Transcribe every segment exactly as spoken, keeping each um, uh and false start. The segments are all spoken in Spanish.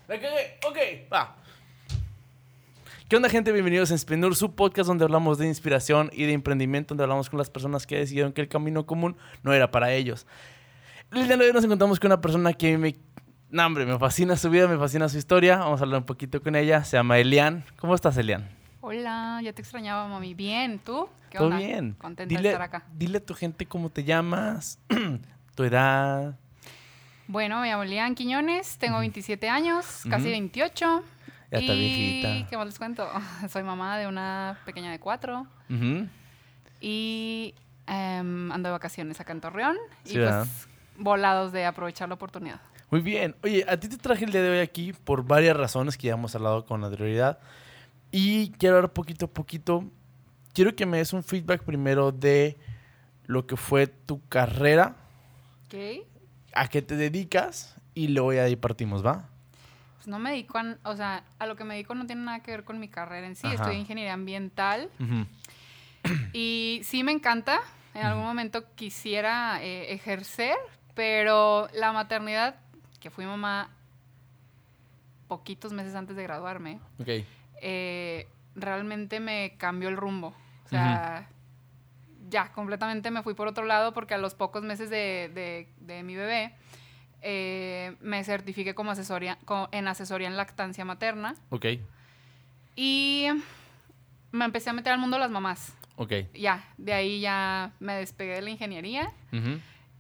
La cagué. Ok, va. ¿Qué onda, gente? Bienvenidos a Inspreneur, su podcast donde hablamos de inspiración y de emprendimiento, donde hablamos con las personas que decidieron que el camino común no era para ellos. El día de hoy nos encontramos con una persona que me... No, hombre, me fascina su vida, me fascina su historia. Vamos a hablar un poquito con ella. Se llama Elian. ¿Cómo estás, Elian? Hola, ya te extrañaba, mami. Bien, ¿tú? ¿Qué Todo onda? bien. Contenta Dile, de estar acá. Dile a tu gente cómo te llamas, tu edad. Bueno, me llamo Lian Quiñones, tengo veintisiete años, Ujú. casi veintiocho. Ya está y... viejita. ¿Qué más les cuento? Soy mamá de una pequeña de cuatro Uh-huh. y em, ando de vacaciones acá en Torreón. Sí, y ¿verdad? pues volados de aprovechar la oportunidad. Muy bien. Oye, a ti te traje el día de hoy aquí por varias razones que ya hemos hablado con anterioridad. Y quiero hablar poquito a poquito. Quiero que me des un feedback primero de lo que fue tu carrera, ¿Ok? a qué te dedicas y luego ya de ahí partimos, ¿va? Pues no me dedico a... O sea, a lo que me dedico no tiene nada que ver con mi carrera en sí. Ajá. Estudié ingeniería ambiental. Uh-huh. Y sí me encanta, en algún momento quisiera eh, ejercer, pero la maternidad, que fui mamá poquitos meses antes de graduarme, Ok. eh, realmente me cambió el rumbo. O sea, ya, completamente me fui por otro lado porque a los pocos meses de, de, de mi bebé eh, me certifiqué como asesoría, co- en asesoría en lactancia materna Ok. y me empecé a meter al mundo de las mamás. Ok. Ya, de ahí ya me despegué de la ingeniería Uh-huh.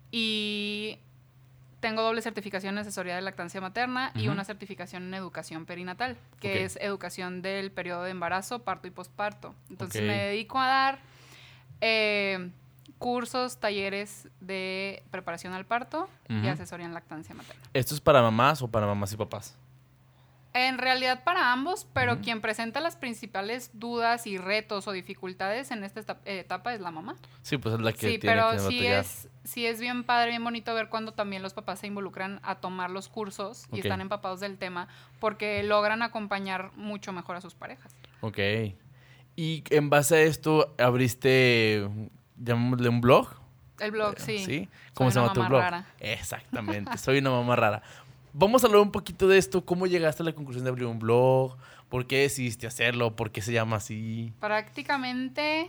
y tengo doble certificación en asesoría de lactancia materna y Ujú. una certificación en educación perinatal, que Ok. es educación del periodo de embarazo, parto y posparto. Entonces Ok. me dedico a dar eh, cursos, talleres de preparación al parto y Ujú. asesoría en lactancia materna. ¿Esto es para mamás o para mamás y papás? En realidad para ambos, pero Ujú. quien presenta las principales dudas y retos o dificultades en esta etapa- etapa es la mamá. Sí, pues es la que Sí, tiene pero que sí batallar. es, sí es bien padre, bien bonito ver cuando también los papás se involucran a tomar los cursos y Ok. están empapados del tema porque logran acompañar mucho mejor a sus parejas. Ok. Y en base a esto, abriste, llamémosle un blog. El blog, sí. ¿Sí? ¿Cómo Soy se una llama tu mamá blog? rara. Exactamente, soy una mamá rara. Vamos a hablar un poquito de esto. ¿Cómo llegaste a la conclusión de abrir un blog? ¿Por qué decidiste hacerlo? ¿Por qué se llama así? Prácticamente,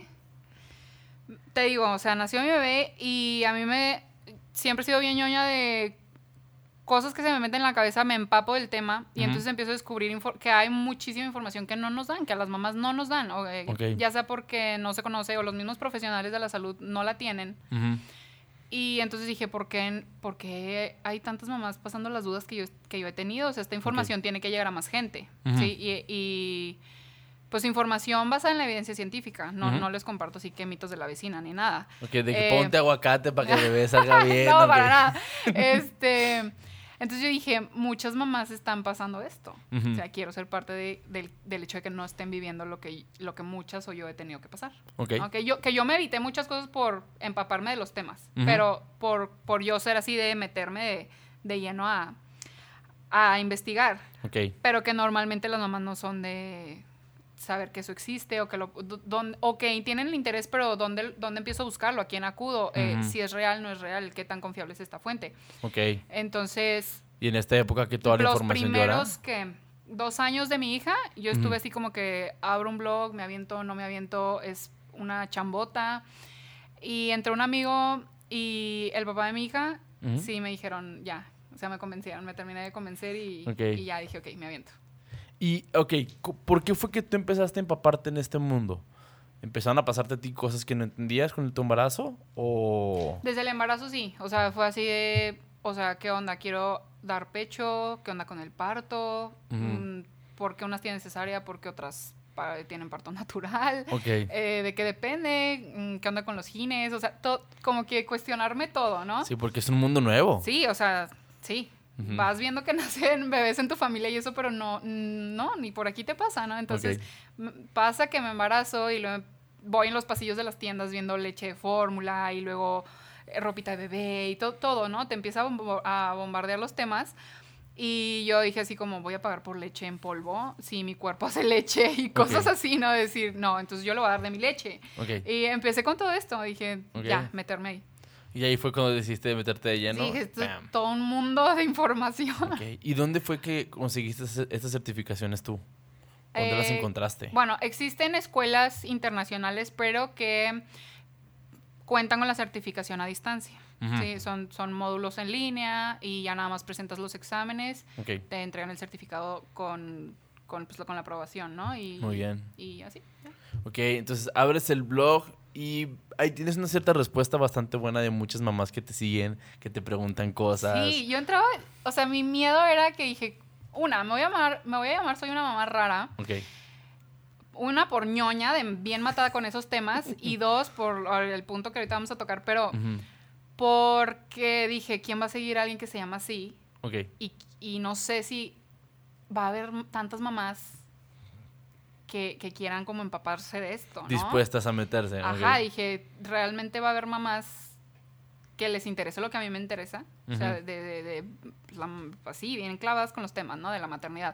te digo, o sea, nació mi bebé y a mí me siempre he sido bien ñoña de cosas que se me meten en la cabeza, me empapo del tema y Ujú. entonces empiezo a descubrir infor- que hay muchísima información que no nos dan, que a las mamás no nos dan, o, eh, Ok. ya sea porque no se conoce o los mismos profesionales de la salud no la tienen. Ujú. Y entonces dije, ¿por qué, por qué hay tantas mamás pasando las dudas que yo, que yo he tenido? O sea, esta información tiene que llegar a más gente, Ujú. ¿sí? Y, y, pues información basada en la evidencia científica, no, Ujú. no les comparto así que mitos de la vecina ni nada. Ok, de que Eh, ponte aguacate para que el bebé salga bien. no, ok. para nada. Este, entonces yo dije, muchas mamás están pasando esto. Ujú. O sea, quiero ser parte de- del, del hecho de que no estén viviendo lo que, lo que muchas o yo he tenido que pasar. Ok. ¿No? Que, yo, que yo me evité muchas cosas por empaparme de los temas, Ujú. pero por, por yo ser así de meterme de, de lleno a, a investigar. Ok. Pero que normalmente las mamás no son de saber que eso existe o que lo do- don- o que tienen el interés, pero ¿dónde, dónde empiezo a buscarlo? ¿A quién acudo? Eh, Ujú. si es real, no es real, ¿qué tan confiable es esta fuente? Ok. Entonces, Y en esta época que toda la los información llora. primeros que dos años de mi hija, yo estuve Ujú. así como que abro un blog, me aviento, no me aviento, es una chambota. Y entre un amigo y el papá de mi hija, Ujú. sí me dijeron, ya, o sea, me convencieron, me terminé de convencer y, Ok. y ya dije, ok, me aviento. Y, ok, cu- ¿por qué fue que tú empezaste a empaparte en este mundo? ¿Empezaron a pasarte a ti cosas que no entendías con tu embarazo? ¿O...? Desde el embarazo sí, o sea, fue así de, o sea, ¿qué onda? Quiero dar pecho, ¿qué onda con el parto? Ujú. Mm, ¿Por qué unas tienen cesárea? ¿Por qué otras pa- tienen parto natural? Ok. Eh, ¿De qué depende? Mm, ¿Qué onda con los gines? O sea, to- como que cuestionarme todo, ¿no? Sí, porque es un mundo nuevo. Sí, o sea, sí. Ujú. Vas viendo que nacen bebés en tu familia y eso, pero no, no, ni por aquí te pasa, ¿no? Entonces, Ok. m- pasa que me embarazo y luego voy en los pasillos de las tiendas viendo leche de fórmula y luego eh, ropita de bebé y to- todo, ¿no? Te empieza a, bombo- a bombardear los temas. Y yo dije así como, voy a pagar por leche en polvo si mi cuerpo hace leche y cosas Ok. así, ¿no? Decir, no, entonces yo le voy a dar de mi leche. Ok. Y empecé con todo esto, dije, Ok. ya, meterme ahí. Y ahí fue cuando decidiste meterte de lleno. Sí, esto es todo un mundo de información. Okay. ¿Y dónde fue que conseguiste estas certificaciones tú? ¿Dónde eh, las encontraste? Bueno, existen escuelas internacionales, pero que cuentan con la certificación a distancia. Uh-huh. Sí, son, son módulos en línea y ya nada más presentas los exámenes, okay. Te entregan el certificado con, con, pues, con la aprobación, ¿no? Y, Muy bien. Y, y así. ¿no? Ok, entonces abres el blog y ahí tienes una cierta respuesta bastante buena de muchas mamás que te siguen, que te preguntan cosas. Sí, yo entraba, o sea, mi miedo era que dije, una, me voy a llamar, me voy a llamar Soy una mamá rara. Ok. Una, por ñoña, de bien matada con esos temas. Y dos, por el punto que ahorita vamos a tocar. Pero uh-huh. porque dije, ¿quién va a seguir a alguien que se llama así? Ok. Y, y no sé si va a haber tantas mamás que, que quieran como empaparse de esto, ¿no? Dispuestas a meterse. Ajá, okay. Dije, realmente va a haber mamás que les interese lo que a mí me interesa. Uh-huh. O sea, de, de, de la, así, bien clavadas con los temas, ¿no? De la maternidad.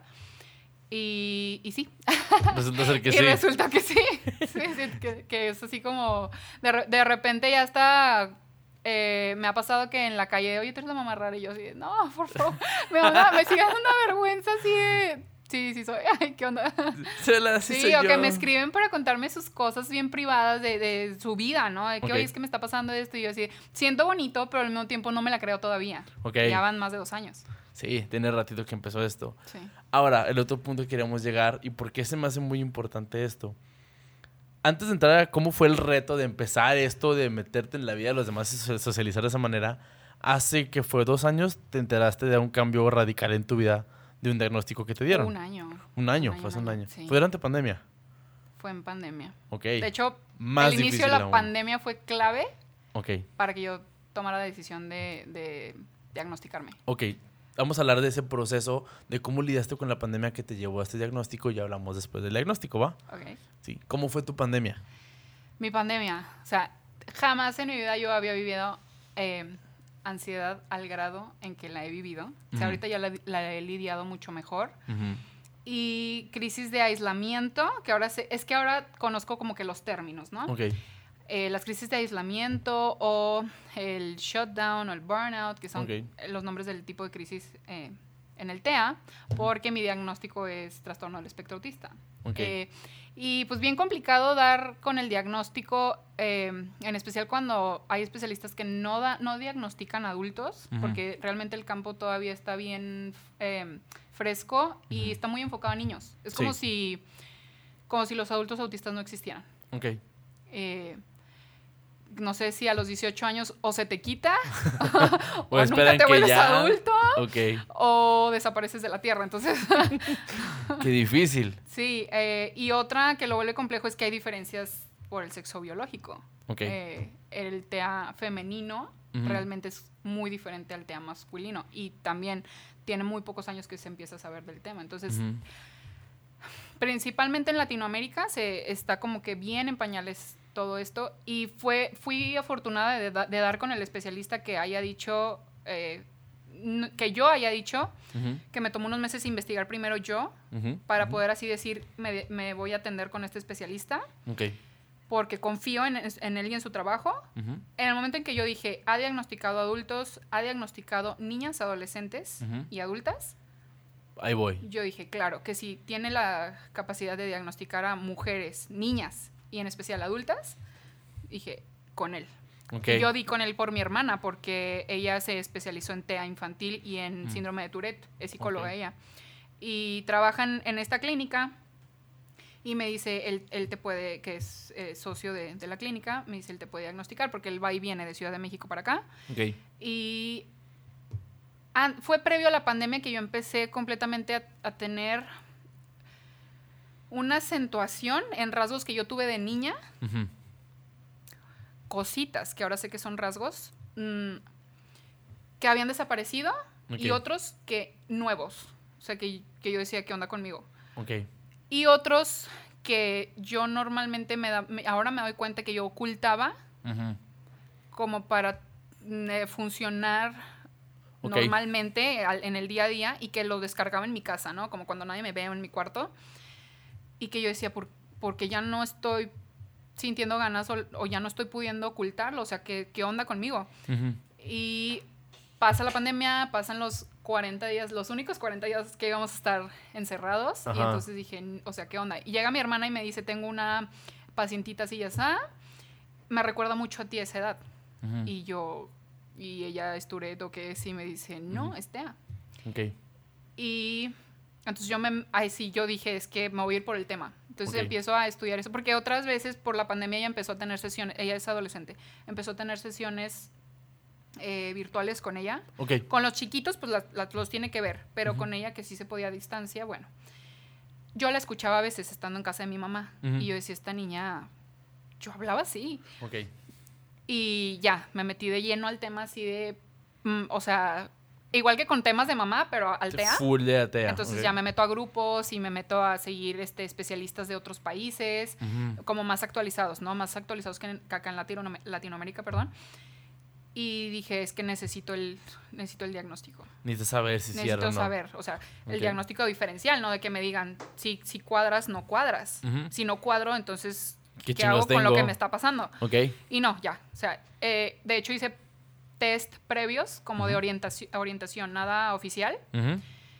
Y, y sí. Resulta ser que y sí. Y resulta que sí. sí, sí que, que es así como... De, de repente ya está... Eh, me ha pasado que en la calle, oye, tú eres la mamá rara. Y yo así, no, por favor. Me, onda, me sigue dando una vergüenza así de... Sí, sí soy. Ay, ¿qué onda? Se la, sí, sí, soy o yo. que me escriben para contarme sus cosas bien privadas de, de su vida, ¿no? De que, okay. Oye, es que me está pasando esto. Y yo así, siento bonito, pero al mismo tiempo no me la creo todavía. Okay. Ya van más de dos años. Sí, tiene ratito que empezó esto. Sí. Ahora, el otro punto que queríamos llegar, y por qué se me hace muy importante esto. Antes de entrar a cómo fue el reto de empezar esto, de meterte en la vida de los demás y socializar de esa manera, hace que fue dos años te enteraste de un cambio radical en tu vida, de un diagnóstico que te dieron. Un año. Un año, un fue hace un año. Sí. ¿Fue durante pandemia? Fue en pandemia. Ok. De hecho, Más el inicio de la aún. pandemia fue clave okay. para que yo tomara la decisión de, de diagnosticarme. Ok. Vamos a hablar de ese proceso, de cómo lidiaste con la pandemia que te llevó a este diagnóstico y ya hablamos después del diagnóstico, ¿va? Ok. Sí. ¿Cómo fue tu pandemia? Mi pandemia. O sea, jamás en mi vida yo había vivido eh, ansiedad al grado en que la he vivido. Uh-huh. O sea, ahorita ya la, la he lidiado mucho mejor. Uh-huh. Y crisis de aislamiento, que ahora sé, es que ahora conozco como que los términos, ¿no? Ok. Eh, las crisis de aislamiento o el shutdown o el burnout, que son okay. los nombres del tipo de crisis eh, en el T E A, porque mi diagnóstico es trastorno del espectro autista. Okay. Eh, y pues bien complicado dar con el diagnóstico, eh, en especial cuando hay especialistas que no, da, no diagnostican adultos, uh-huh. porque realmente el campo todavía está bien eh, fresco y uh-huh. está muy enfocado a niños. Es como, sí. si, como si los adultos autistas no existieran. Okay. Eh, no sé si a los dieciocho años o se te quita o, o nunca te vuelves ya... adulto okay. o desapareces de la tierra. Entonces, qué difícil. Sí, eh, y otra que lo vuelve complejo es que hay diferencias por el sexo biológico. Okay. Eh, el T E A femenino uh-huh. realmente es muy diferente al T E A masculino y también tiene muy pocos años que se empieza a saber del tema. Entonces, uh-huh. principalmente en Latinoamérica se está como que bien en pañales todo esto y fue fui afortunada de, da, de dar con el especialista que haya dicho eh, n- que yo haya dicho uh-huh. que me tomó unos meses investigar primero yo uh-huh. para uh-huh. poder así decir me, me voy a atender con este especialista okay. porque confío en, en él y en su trabajo. Uh-huh. En el momento en que yo dije ha diagnosticado adultos, ha diagnosticado niñas, adolescentes uh-huh. y adultas, ahí voy. Yo dije, claro, que si tiene la capacidad de diagnosticar a mujeres, niñas y en especial adultas, dije, con él. Okay. Yo di con él por mi hermana porque ella se especializó en T E A infantil y en mm. síndrome de Tourette, es psicóloga okay. ella. Y trabajan en esta clínica y me dice, él, él te puede, que es eh, socio de, de la clínica, me dice, él te puede diagnosticar porque él va y viene de Ciudad de México para acá. Okay. Y ah, fue previo a la pandemia que yo empecé completamente a, a tener una acentuación en rasgos que yo tuve de niña, uh-huh. cositas que ahora sé que son rasgos, mmm, que habían desaparecido okay. y otros que nuevos, o sea, que, que yo decía, ¿qué onda conmigo? Okay. Y otros que yo normalmente, me da, me, ahora me doy cuenta que yo ocultaba uh-huh. como para eh, funcionar okay. normalmente al, en el día a día y que lo descargaba en mi casa, ¿no? Como cuando nadie me ve en mi cuarto. Y que yo decía, ¿por, porque ya no estoy sintiendo ganas o, o ya no estoy pudiendo ocultarlo, o sea, ¿qué, qué onda conmigo? Uh-huh. Y pasa la pandemia, pasan los cuarenta días, los únicos cuarenta días que íbamos a estar encerrados. Ajá. Y entonces dije, o sea, ¿qué onda? Y llega mi hermana y me dice, tengo una pacientita así, ya está, me recuerda mucho a ti esa edad. Uh-huh. Y yo, y ella es Tourette o qué es, y me dice, no, uh-huh. es T E A. Ok. Y entonces yo me, ay sí, yo dije, es que me voy a ir por el tema. Entonces okay. empiezo a estudiar eso, porque otras veces por la pandemia ella empezó a tener sesiones, ella es adolescente, empezó a tener sesiones eh, virtuales con ella. Okay. Con los chiquitos, pues la, la, los tiene que ver, pero uh-huh. con ella que sí se podía a distancia, bueno. Yo la escuchaba a veces estando en casa de mi mamá, uh-huh. y yo decía, esta niña, yo hablaba así. Okay. Y ya, me metí de lleno al tema así de, mm, o sea... Igual que con temas de mamá, pero al T E A. Full de T E A. Entonces okay. ya me meto a grupos y me meto a seguir este, especialistas de otros países, uh-huh. como más actualizados, ¿no? Más actualizados que, en, que acá en Latino, Latinoamérica, perdón. Y dije, es que necesito el, necesito el diagnóstico. Necesito saber si Necesito cierra o no. saber, o sea, okay. el diagnóstico diferencial, ¿no? De que me digan, si, si cuadras, no cuadras. Uh-huh. Si no cuadro, entonces, ¿qué, ¿qué hago tengo? Con lo que me está pasando? Okay. Y no, ya. O sea, eh, de hecho hice test previos, como uh-huh. de orientación, orientación, nada oficial. Uh-huh.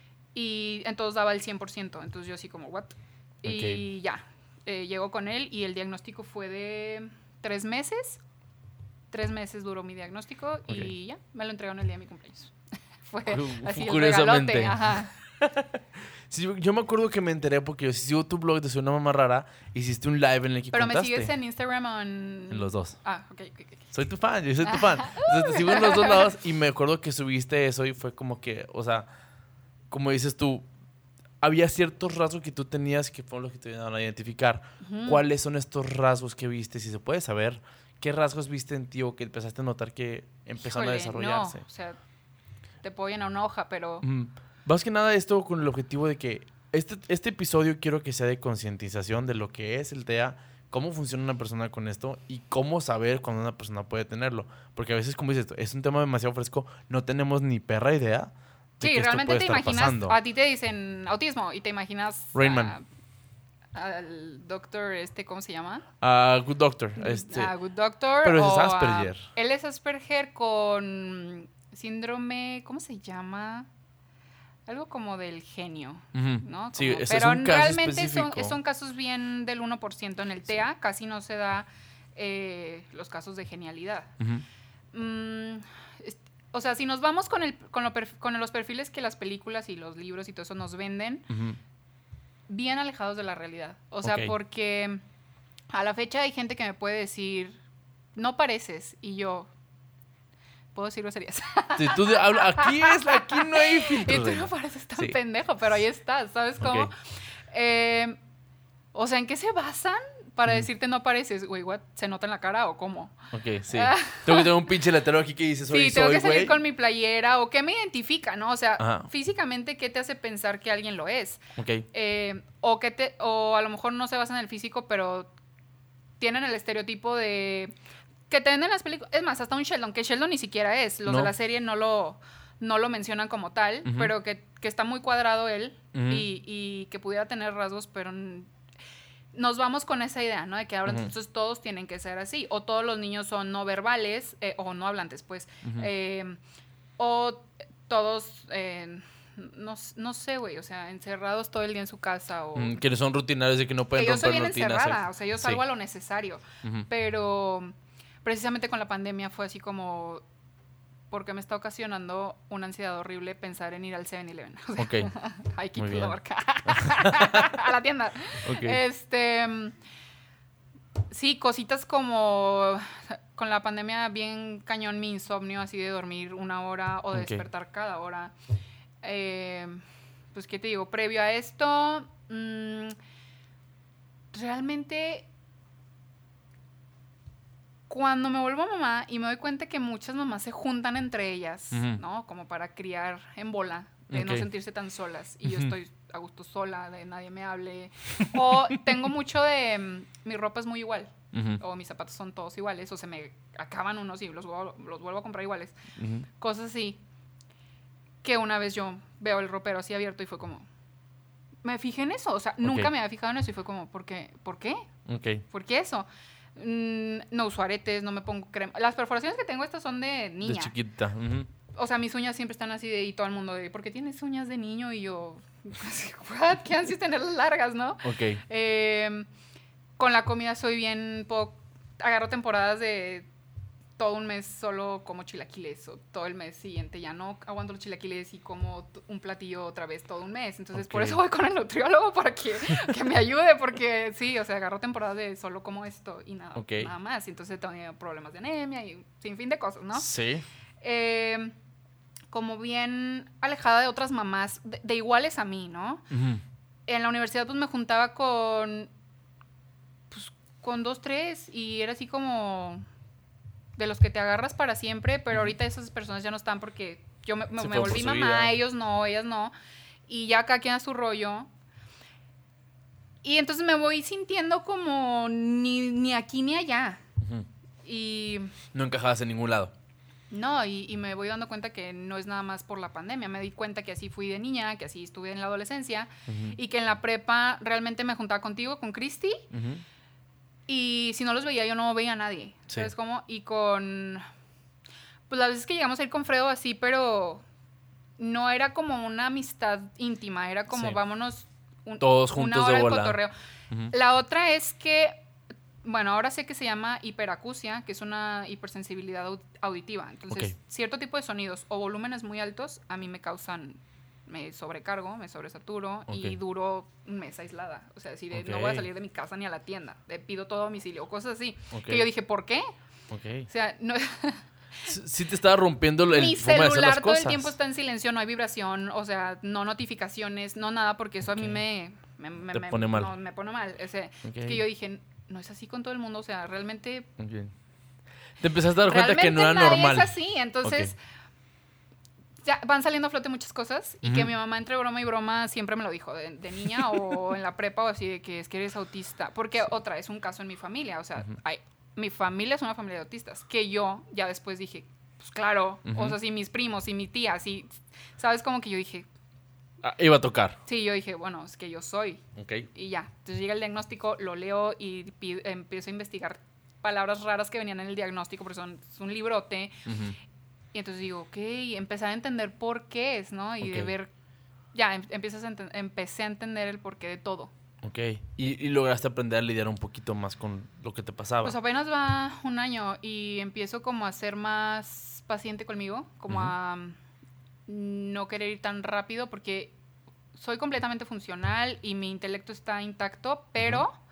Y entonces daba el cien por ciento. Entonces yo así como, ¿what? Okay. Y ya, eh, llegó con él y el diagnóstico fue de tres meses. Tres meses duró mi diagnóstico okay. y ya, me lo entregaron el día de mi cumpleaños. Fue uh, así curiosamente. el regalote. Ajá. Sí, yo me acuerdo que me enteré porque yo sigo tu blog de Soy una mamá rara, hiciste un live en el que Pero contaste. me sigues en Instagram o en... En los dos. Ah, ok, ok, ok. Soy tu fan, yo soy tu fan. Entonces te sigo en los dos lados y me acuerdo que subiste eso y fue como que, o sea, como dices tú, había ciertos rasgos que tú tenías que fueron los que te ayudaron a identificar. Uh-huh. ¿Cuáles son estos rasgos que viste? Si se puede saber, ¿qué rasgos viste en ti o que empezaste a notar que empezaron Híjole, a desarrollarse? No, o sea, te puedo llenar una hoja, pero... Mm. Más que nada esto con el objetivo de que este, este episodio quiero que sea de concientización de lo que es el T E A, cómo funciona una persona con esto y cómo saber cuando una persona puede tenerlo. Porque a veces, como dices, es un tema demasiado fresco, no tenemos ni perra idea de sí, que realmente esto puede te estar imaginas, pasando. A ti te dicen autismo y te imaginas Rainman. A, al doctor, este, ¿cómo se llama? A uh, Good Doctor. Este. A Good Doctor. Pero o ese es Asperger. A, él es Asperger con síndrome, ¿cómo se llama? Algo como del genio, uh-huh. ¿no? Como, sí, ese pero es un caso realmente son, específico. son casos bien del uno por ciento en el T E A, sí. Casi no se da eh, los casos de genialidad. Uh-huh. Mm, es, o sea, si nos vamos con, el, con, lo perf- con los perfiles que las películas y los libros y todo eso nos venden, uh-huh. bien alejados de la realidad. O sea, okay. porque a la fecha hay gente que me puede decir, no pareces, y yo... ¿Puedo decir groserías? Sí, tú de, habla, aquí, es, aquí no hay filtro. Y tú no pareces tan sí. pendejo, pero ahí estás, ¿sabes cómo? Okay. Eh, o sea, ¿en qué se basan para mm. decirte no pareces? Güey, what, ¿se nota en la cara o cómo? Ok, sí. Tengo que tener un pinche letrero aquí que dice soy, soy, sí, tengo soy, que salir güey. Con mi playera o qué me identifica, ¿no? O sea, ajá. Físicamente, ¿qué te hace pensar que alguien lo es? Ok. Eh, o, que te, o a lo mejor no se basa en el físico, pero tienen el estereotipo de... Que te venden las películas. Es más, hasta un Sheldon, que Sheldon ni siquiera es. Los no. de la serie no lo, no lo mencionan como tal, uh-huh. pero que, que está muy cuadrado él uh-huh. y, y que pudiera tener rasgos, pero n- nos vamos con esa idea, ¿no? De que ahora uh-huh. entonces todos tienen que ser así. O todos los niños son no verbales, eh, o no hablantes, pues. Uh-huh. Eh, o todos... Eh, No, no sé, güey, o sea, encerrados todo el día en su casa o... Mm, que son rutinarios de que no pueden que romper rutinas. Yo soy bien rutinas. encerrada, o sea, yo salgo sí. a lo necesario. Uh-huh. Pero precisamente con la pandemia fue así como... Porque me está ocasionando una ansiedad horrible pensar en ir al seven eleven. O sea, ok. Hay que ir a la tienda. Okay. Este... Sí, cositas como... Con la pandemia bien cañón mi insomnio, así de dormir una hora o de okay. despertar cada hora. Eh, pues, ¿qué te digo? Previo a esto, mmm, realmente, cuando me vuelvo mamá y me doy cuenta que muchas mamás se juntan entre ellas, uh-huh. ¿no? Como para criar en bola, de okay. no sentirse tan solas. Y uh-huh. yo estoy a gusto sola, de nadie me hable. O tengo mucho de... Um, mi ropa es muy igual. Uh-huh. O mis zapatos son todos iguales. O se me acaban unos y los, los vuelvo a comprar iguales. Uh-huh. Cosas así. Que una vez yo veo el ropero así abierto y fue como... Me fijé en eso. O sea, okay. nunca me había fijado en eso y fue como, ¿por qué? ¿Por qué? Okay. ¿Por qué eso? Mm, no uso aretes, no me pongo crema. Las perforaciones que tengo estas son de niña. De chiquita. Uh-huh. O sea, mis uñas siempre están así de... Y todo el mundo de... ¿Por qué tienes uñas de niño? Y yo... What? ¿Qué ansias tenerlas largas, no? Ok. Eh, con la comida soy bien... Puedo, agarro temporadas de... Todo un mes solo como chilaquiles. O todo el mes siguiente ya no aguanto los chilaquiles y como un platillo otra vez todo un mes. Entonces, okay. Por eso voy con el nutriólogo para que, que me ayude. Porque sí, o sea, agarro temporadas de solo como esto y nada, okay. nada más. Entonces tengo problemas de anemia y sin fin de cosas, ¿no? Sí. Eh... como bien alejada de otras mamás, de, de iguales a mí, ¿no? Uh-huh. En la universidad, pues, me juntaba con, pues, con dos, tres, y era así como de los que te agarras para siempre, pero uh-huh. ahorita esas personas ya no están porque yo me, me, me volví mamá, vida. Ellos no, ellas no, y ya cada quien a su rollo. Y entonces me voy sintiendo como ni, ni aquí ni allá. Uh-huh. Y... no encajabas en ningún lado. No, y, y me voy dando cuenta que no es nada más por la pandemia. Me di cuenta que así fui de niña, que así estuve en la adolescencia, uh-huh. y que en la prepa realmente me juntaba contigo, con Cristi, uh-huh. y si no los veía, yo no veía a nadie. Sí. ¿Sabes cómo? Y con... pues las veces que llegamos a ir con Fredo así, pero no era como una amistad íntima, era como sí. vámonos... Un, todos juntos una hora de bola. Cotorreo. Uh-huh. La otra es que... bueno, ahora sé que se llama hiperacusia, que es una hipersensibilidad auditiva. Entonces, okay. cierto tipo de sonidos o volúmenes muy altos a mí me causan, me sobrecargo, me sobresaturo okay. y duro un mes aislada. O sea, así de okay. no voy a salir de mi casa ni a la tienda, le pido todo a domicilio o cosas así. Okay. Que yo dije, ¿por qué? Okay. O sea, no... sí te estaba rompiendo el mi forma de hacer las celular todo cosas. El tiempo está en silencio, no hay vibración, o sea, no notificaciones, no nada, porque eso okay. a mí me... me, me te me, pone mal. No, me pone mal. O sea, okay. es que yo dije... no es así con todo el mundo, o sea, realmente... Okay. Te empezaste a dar cuenta que no era normal. Es así, entonces... Okay. ya van saliendo a flote muchas cosas y uh-huh. que mi mamá entre broma y broma siempre me lo dijo, de, de niña o en la prepa o así, de que es que eres autista. Porque sí. otra, es un caso en mi familia, o sea, uh-huh. hay, mi familia es una familia de autistas, que yo ya después dije, pues claro, uh-huh. o sea, sí, mis primos y mi tía, sí, ¿sabes? Como que yo dije... Ah, iba a tocar. Sí, yo dije, bueno, es que yo soy. Okay. Y ya. Entonces llega el diagnóstico, lo leo y pido, empiezo a investigar palabras raras que venían en el diagnóstico, porque son, es un librote. Uh-huh. Y entonces digo, ok, empecé a entender por qué es, ¿no? Y okay. de ver, ya, em, empiezas a ent- empecé a entender el porqué de todo. Ok. ¿Y, y lograste aprender a lidiar un poquito más con lo que te pasaba? Pues apenas va un año y empiezo como a ser más paciente conmigo, como uh-huh. a no querer ir tan rápido, porque soy completamente funcional y mi intelecto está intacto, pero uh-huh.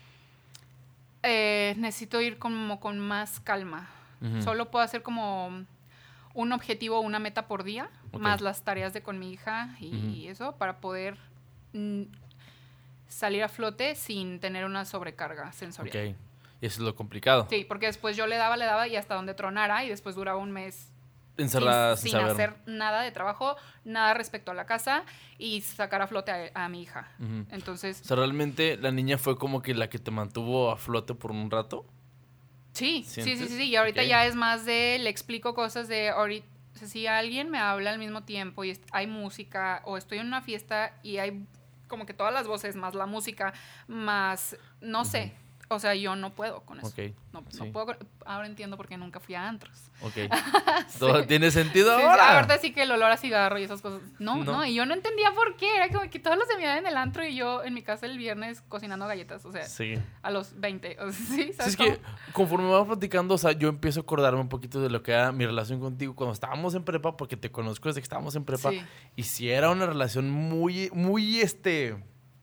eh, necesito ir como con más calma. Uh-huh. Solo puedo hacer como un objetivo o una meta por día, okay. más las tareas de con mi hija y, uh-huh. y eso, para poder mm, salir a flote sin tener una sobrecarga sensorial. Ok, y eso es lo complicado. Sí, porque después yo le daba, le daba y hasta donde tronara, y después duraba un mes encerrada sin, sin, sin saber. hacer nada de trabajo, nada respecto a la casa y sacar a flote a, a mi hija. Uh-huh. Entonces, o sea, realmente la niña fue como que la que te mantuvo a flote por un rato. Sí, sí, sí, sí, sí, y ahorita okay. ya es más de, le explico cosas de, ahorita, o sea, si alguien me habla al mismo tiempo y hay música, o estoy en una fiesta y hay como que todas las voces, más la música, más, no uh-huh. sé, o sea, yo no puedo con eso. Okay. No, sí. no puedo. Ahora entiendo por qué nunca fui a antros. Ok. sí. ¿Todo tiene sentido sí, ahora? Sí, ahorita sí que el olor a cigarro y esas cosas. No, no, no, y yo no entendía por qué. Era como que todos los se miraban en el antro y yo en mi casa el viernes cocinando galletas. O sea, sí. a los veinte. O sea, sí, ¿sabes? Sí, es que conforme vamos platicando, o sea, yo empiezo a acordarme un poquito de lo que era mi relación contigo cuando estábamos en prepa, porque te conozco desde que estábamos en prepa. Sí. Y sí era una relación muy, muy, este...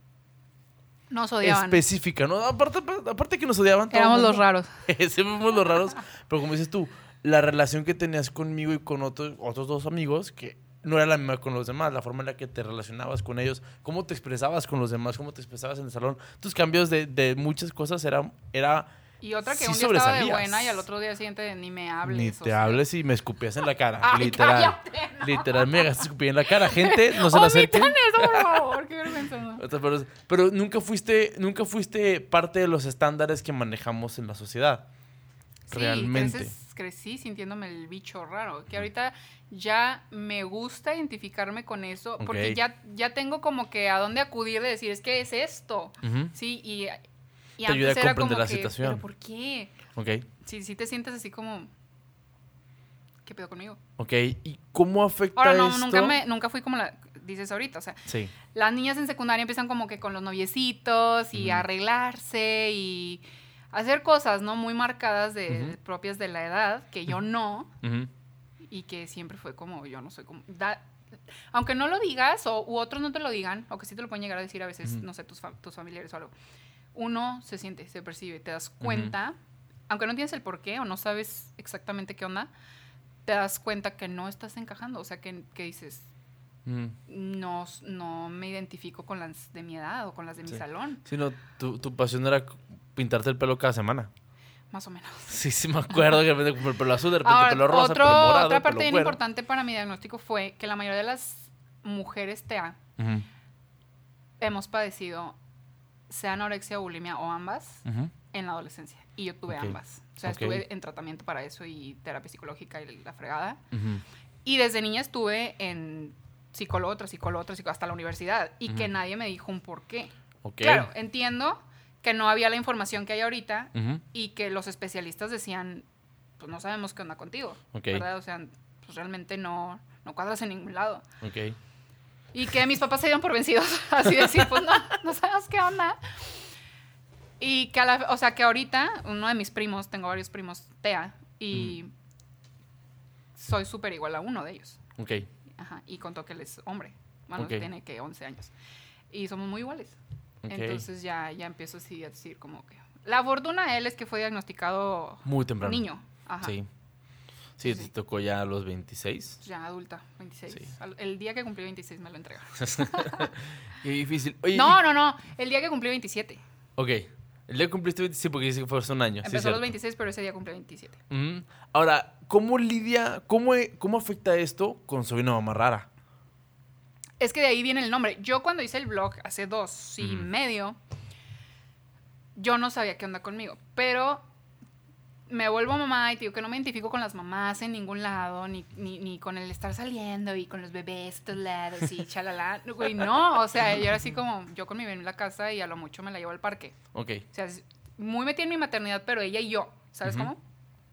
Nos odiaban. Específica, ¿no? Aparte, aparte que nos odiaban. Éramos los raros. Éramos los raros. Pero como dices tú, la relación que tenías conmigo y con otros, otros dos amigos, que no era la misma con los demás, la forma en la que te relacionabas con ellos, cómo te expresabas con los demás, cómo te expresabas en el salón. Tus cambios de, de muchas cosas era... era y otra que sí un día estaba de buena y al otro día siguiente ni me hables. Ni te sea. hables y me escupías en la cara. Ay, literal. Cállate, no. Literal, me hagas escupir en la cara. Gente, no se la acerquen. Omitan eso, por favor. Qué vergüenza. ¿No? Pero, pero nunca fuiste, nunca fuiste parte de los estándares que manejamos en la sociedad. Sí, realmente. Creces, crecí sintiéndome el bicho raro. Que ahorita ya me gusta identificarme con eso. Okay. Porque ya, ya tengo como que a dónde acudir de decir, es que es esto. Uh-huh. Sí, y... Y te ayuda a antes era comprender como la que, situación. ¿pero por qué? Ok, Si, si te sientes así como, ¿qué pedo conmigo? ok. ¿Y cómo afecta Ahora, no, esto? nunca, me, nunca fui como la dices ahorita, o sea, Sí. las niñas en secundaria empiezan como que con los noviecitos y Ujú. arreglarse y hacer cosas, ¿no? Muy marcadas de, Ujú. propias de la edad, que yo no, Ujú. y que siempre fue como, yo no soy como... da- aunque no lo digas, o u otros no te lo digan, o que sí te lo pueden llegar a decir a veces, Ujú. no sé, tus, fa- tus familiares o algo, uno se siente, se percibe, te das cuenta, aunque no tienes el por qué o no sabes exactamente qué onda, te das cuenta que no estás encajando, o sea, que, que dices, Ujú. no, no me identifico con las de mi edad o con las de mi Sí. salón, Sí, no, tu, tu pasión era pintarte el pelo cada semana. más o menos. Sí, sí me acuerdo que de repente el pelo azul, de repente Ahora, pelo rosa, otro- pelo morado, otra pelo parte bien güero. importante para mi diagnóstico fue que la mayoría de las mujeres T A Ujú. hemos padecido, sea anorexia o bulimia o ambas, Ujú. en la adolescencia. Y yo tuve Ok. ambas. O sea, Ok. estuve en tratamiento para eso y terapia psicológica y la fregada. Ujú. Y desde niña estuve en psicólogo, tras psicólogo, tras psicólogo, hasta la universidad. Y Ujú. que nadie me dijo un por qué. Ok. Claro, entiendo que no había la información que hay ahorita Ujú. y que los especialistas decían, pues no sabemos qué onda contigo, Ok. ¿verdad? O sea, pues realmente no, no cuadras en ningún lado. Ok. Y que mis papás se dieron por vencidos, así decir, pues no, no sabemos qué onda. Y que, a la, o sea, que ahorita uno de mis primos, tengo varios primos T E A, y Ujú. soy súper igual a uno de ellos. Ok. Ajá, y contó que él es hombre. Bueno, Ok. tiene que once años. Y somos muy iguales. Ok. Entonces ya, ya empiezo así a decir como que... La fortuna de él es que fue diagnosticado Muy temprano. niño. Ajá. Sí. Sí, Sí, te sí. tocó ya a los veintiséis. Ya adulta, veintiséis. Sí. Al- El día que cumplí veintiséis me lo entregaron. Qué difícil. Oye, No, y- no, no. El día que cumplí veintisiete. Ok. El día que cumpliste veintiséis, porque dice que fue hace un año. sí, Empezó a cierto. los veintiséis, pero ese día cumplí veintisiete. Ujú. Ahora, ¿cómo lidia, cómo, e- cómo afecta esto con Soy una mamá rara? Es que de ahí viene el nombre. Yo cuando hice el blog hace dos y Ujú. medio, yo no sabía qué onda conmigo. Pero me vuelvo mamá y te digo que no me identifico con las mamás en ningún lado, ni, ni, ni con el estar saliendo y con los bebés a todos lados y chalala. Güey, no, o sea, yo era así como, yo con mi bebé en la casa y a lo mucho me la llevo al parque. Ok. O sea, es muy metida en mi maternidad, pero ella y yo, ¿sabes Ujú. cómo?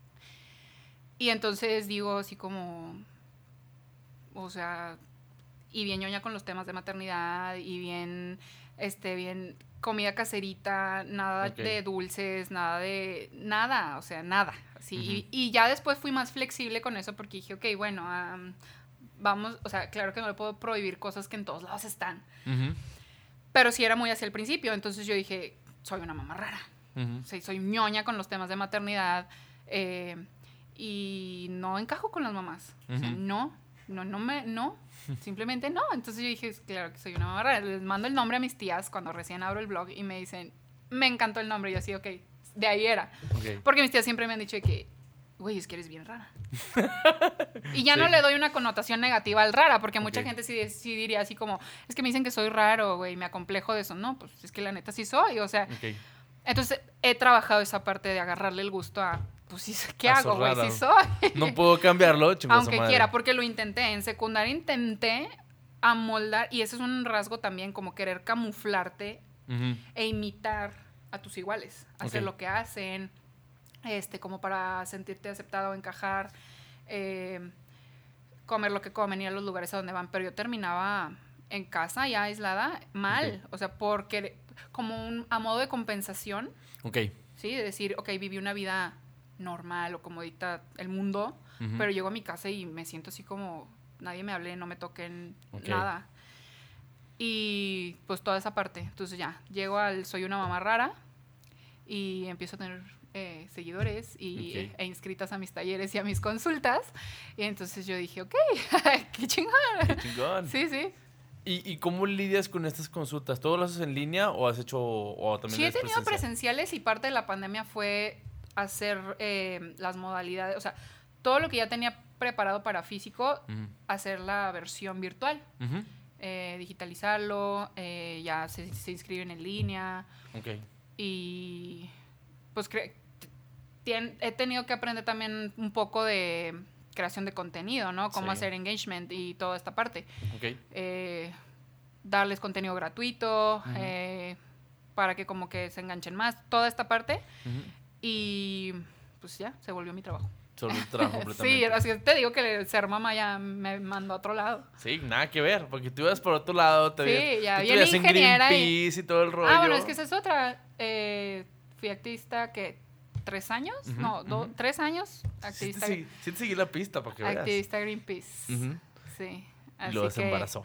Y entonces digo así como, o sea, y bien ñoña con los temas de maternidad y bien, este, bien comida caserita, nada Ok. de dulces, nada de, nada, o sea, nada. Así, Ujú. y, y ya después fui más flexible con eso porque dije, ok, bueno, am, vamos, o sea, claro que no le puedo prohibir cosas que en todos lados están, Ujú. pero sí era muy hacia el principio, entonces yo dije, soy una mamá rara. Ujú. O sea, soy ñoña con los temas de maternidad eh, y no encajo con las mamás. O sea, Ujú. no, no, no me, no, simplemente no. Entonces yo dije, claro que soy una mamá rara. Les mando el nombre a mis tías cuando recién abro el blog y me dicen, me encantó el nombre. Y yo así, ok, de ahí era. Ok. Porque mis tías siempre me han dicho que, güey, es que eres bien rara. Y ya Sí. no le doy una connotación negativa al rara, porque mucha Ok. gente sí, sí diría así como, es que me dicen que soy raro, güey, me acomplejo de eso. No, pues es que la neta sí soy, o sea, Ok. entonces he trabajado esa parte de agarrarle el gusto a, pues sí, ¿qué A hago, sos güey? rara. Sí soy. No puedo cambiarlo, chingada su Aunque madre. quiera, porque lo intenté. En secundaria intenté amoldar, y ese es un rasgo también, como querer camuflarte Ujú. e imitar a tus iguales, hacer Ok. lo que hacen, este, como para sentirte aceptado o encajar, eh, comer lo que comen, ir a los lugares a donde van, pero yo terminaba en casa ya aislada mal, Ok. o sea, porque como un, a modo de compensación, Ok. ¿sí? De decir, ok, viví una vida normal o como dicta el mundo, Ujú. pero llego a mi casa y me siento así como, nadie me hable, no me toquen, Ok. nada. Y pues toda esa parte. Entonces ya, llego al Soy una mamá rara y empiezo a tener eh, seguidores y, Ok. eh, e inscritas a mis talleres y a mis consultas. Y entonces yo dije, ok, qué chingón. Qué chingón. Sí, sí. ¿Y, ¿Y cómo lidias con estas consultas? ¿Todo lo haces en línea o has hecho o también Sí, he es tenido presencial? presenciales y parte de la pandemia fue hacer eh, las modalidades, o sea, todo lo que ya tenía preparado para físico, Ujú. hacer la versión virtual, Ujú. eh, digitalizarlo, eh, ya se, se inscriben en línea Ok. y pues cre- tien- he tenido que aprender también un poco de creación de contenido, ¿no? Cómo Sí. hacer engagement y toda esta parte. Ok. Eh, darles contenido gratuito, Ujú. eh, para que como que se enganchen más, toda esta parte. Ujú. Y pues ya, se volvió mi trabajo. Solo el trabajo completamente. Sí, así que te digo que ser mamá ya me mandó a otro lado. Sí, nada que ver, porque tú ibas por otro lado, te Sí, veías, ya tú te bien veías en ingeniera y- Greenpeace y... todo el rollo. Ah, bueno, es que esa es otra. Eh, fui activista, ¿qué? ¿Tres años? Ujú, no, do- ujú. ¿tres años? Sí te, Activista, segui- sí te seguí la pista para que veas. activista Greenpeace. Ujú. Sí. Y Así luego se que embarazó.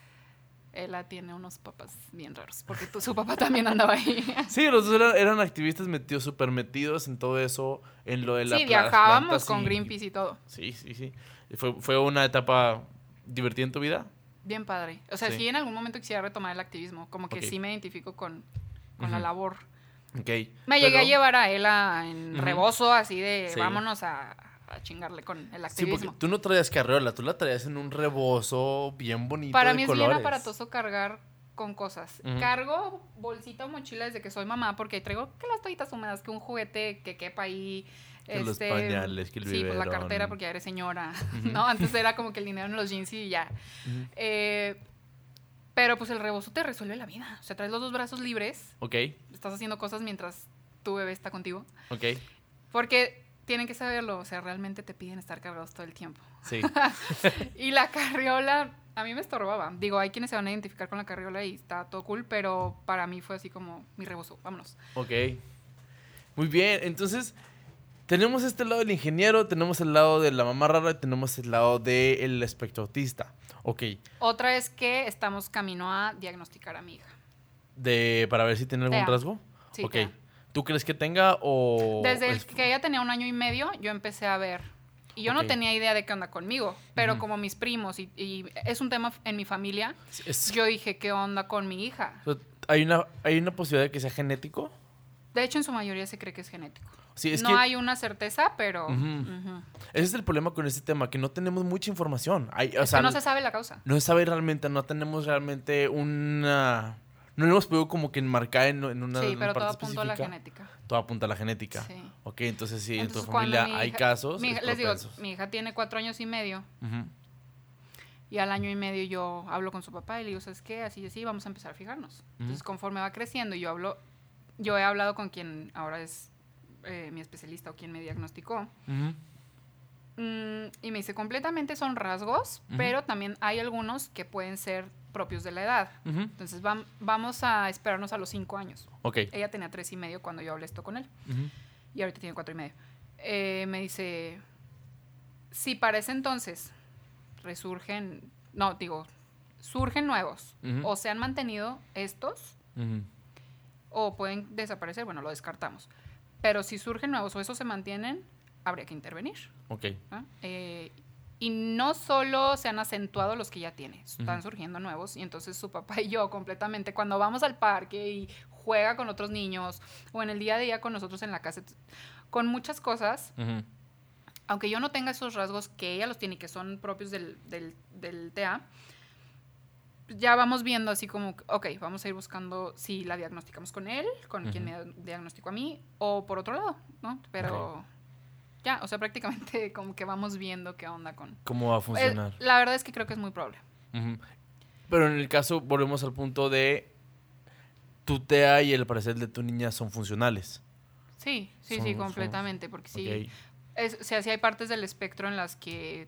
Ella tiene unos papás bien raros, porque tu- su papá también andaba ahí. Sí, los dos eran, eran activistas metidos, súper metidos en todo eso, en lo de la Sí, pla- las viajábamos plantas con y- Greenpeace y todo. Sí, sí, sí. Y Fue, fue una etapa divertida en tu vida. Bien padre. O sea, Sí. sí, en algún momento quisiera retomar el activismo. Como que Ok. sí me identifico con, con la Ujú. labor. Ok. Me llegué a Pero- llevar a ella en Ujú. rebozo, así de Sí. vámonos a, a chingarle con el Sí, activismo. porque tú no traías carriola, tú la traías en un rebozo bien bonito Para de mí es colores. bien aparatoso cargar con cosas. Ujú. Cargo bolsita o mochila desde que soy mamá porque traigo que las toallitas húmedas, que un juguete que quepa ahí. Que los pañales, que el Sí, pues la biberón. cartera porque ya eres señora, Ujú. ¿no? Antes era como que el dinero en los jeans y ya. Ujú. Eh, pero pues el rebozo te resuelve la vida. O sea, traes los dos brazos libres, Ok, estás haciendo cosas mientras tu bebé está contigo. ok. Porque tienen que saberlo, o sea, realmente te piden estar cargados todo el tiempo. Sí. Y la carriola, a mí me estorbaba. Digo, hay quienes se van a identificar con la carriola y está todo cool, pero para mí fue así como mi rebozo, vámonos. Ok. Muy bien, entonces tenemos este lado del ingeniero, tenemos el lado de la mamá rara y tenemos el lado del espectro autista. Ok. Otra es que estamos camino a diagnosticar a mi hija. De, para ver si tiene algún T E A. rasgo. Sí, Ok. T E A. ¿Tú crees que tenga o...? Desde el es- que ella tenía un año y medio, yo empecé a ver. Y yo Ok. no tenía idea de qué onda conmigo, pero Ujú. como mis primos y, y es un tema en mi familia, es- yo dije, ¿qué onda con mi hija? o sea, ¿hay, una, ¿Hay una posibilidad de que sea genético? De hecho, en su mayoría se cree que es genético. Sí, es no que hay una certeza, pero... Ujú. ujú. ese es el problema con este tema, que no tenemos mucha información. Hay, o Es sea, que no se sabe la causa. no se sabe realmente, no tenemos realmente una... No lo hemos podido como que enmarcar en, en una, Sí, una pero todo parte apunta a la específica. genética. Todo apunta a la genética. Sí. Ok, entonces sí, en Entonces, tu cuando familia mi hay hija- casos mi hija- es les digo, propensos. mi hija tiene cuatro años y medio Ujú. y al año y medio yo hablo con su papá y le digo, ¿sabes qué? Así y así, vamos a empezar a fijarnos. Entonces, conforme va creciendo, yo hablo, yo he hablado con quien ahora es eh, mi especialista o quien me diagnosticó. Ujú. Mm, y me dice, completamente son rasgos, Ujú. pero también hay algunos que pueden ser propios de la edad. Ujú. Entonces, vam- vamos a esperarnos a los cinco años. Ok. Ella tenía tres y medio cuando yo hablé esto con él. Ujú. Y ahorita tiene cuatro y medio. Eh, me dice, si para ese entonces resurgen, no, digo, surgen nuevos, Ujú. o se han mantenido estos, Ujú. o pueden desaparecer, bueno, lo descartamos. Pero si surgen nuevos o esos se mantienen, habría que intervenir. Ok. ¿no? Eh, y no solo se han acentuado los que ya tiene, están Ujú. surgiendo nuevos. Y entonces su papá y yo completamente, cuando vamos al parque y juega con otros niños, o en el día a día con nosotros en la casa, con muchas cosas, Ujú. aunque yo no tenga esos rasgos que ella los tiene y que son propios del, del, del T E A, ya vamos viendo así como, ok, vamos a ir buscando si la diagnosticamos con él, con quien Ujú. me diagnosticó a mí, o por otro lado, ¿no? Pero ya, o sea, prácticamente como que vamos viendo qué onda con... ¿Cómo va a funcionar? Eh, la verdad es que creo que es muy probable. Ujú. Pero en el caso, volvemos al punto de tu T E A y el parecer de tu niña son funcionales. Sí, sí, Son- sí, son- completamente, porque sí, Ok. es, o sea, sí hay partes del espectro en las que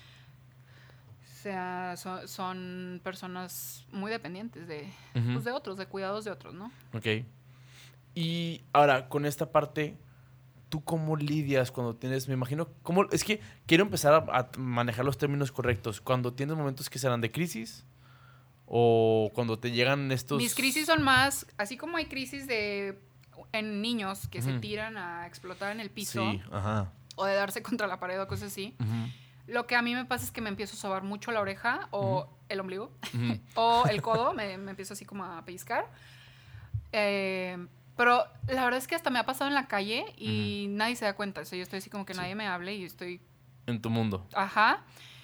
o sea, son, son personas muy dependientes de, Ujú. pues, de otros, de cuidados de otros, ¿no? Ok. Y ahora, con esta parte, ¿tú cómo lidias cuando tienes, me imagino, cómo, es que quiero empezar a, a manejar los términos correctos, cuando tienes momentos que serán de crisis o cuando te llegan estos... Mis crisis son más, así como hay crisis de en niños que se Ujú. tiran a explotar en el piso Sí, ajá. o de darse contra la pared o cosas así. Ujú, Lo que a mí me pasa es que me empiezo a sobar mucho la oreja o Ujú. el ombligo ujú. o el codo, me, me empiezo así como a pellizcar. Eh, pero la verdad es que hasta me ha pasado en la calle y nadie se da cuenta. O sea, yo estoy así como que Sí. nadie me hable y estoy, En tu mundo. ajá.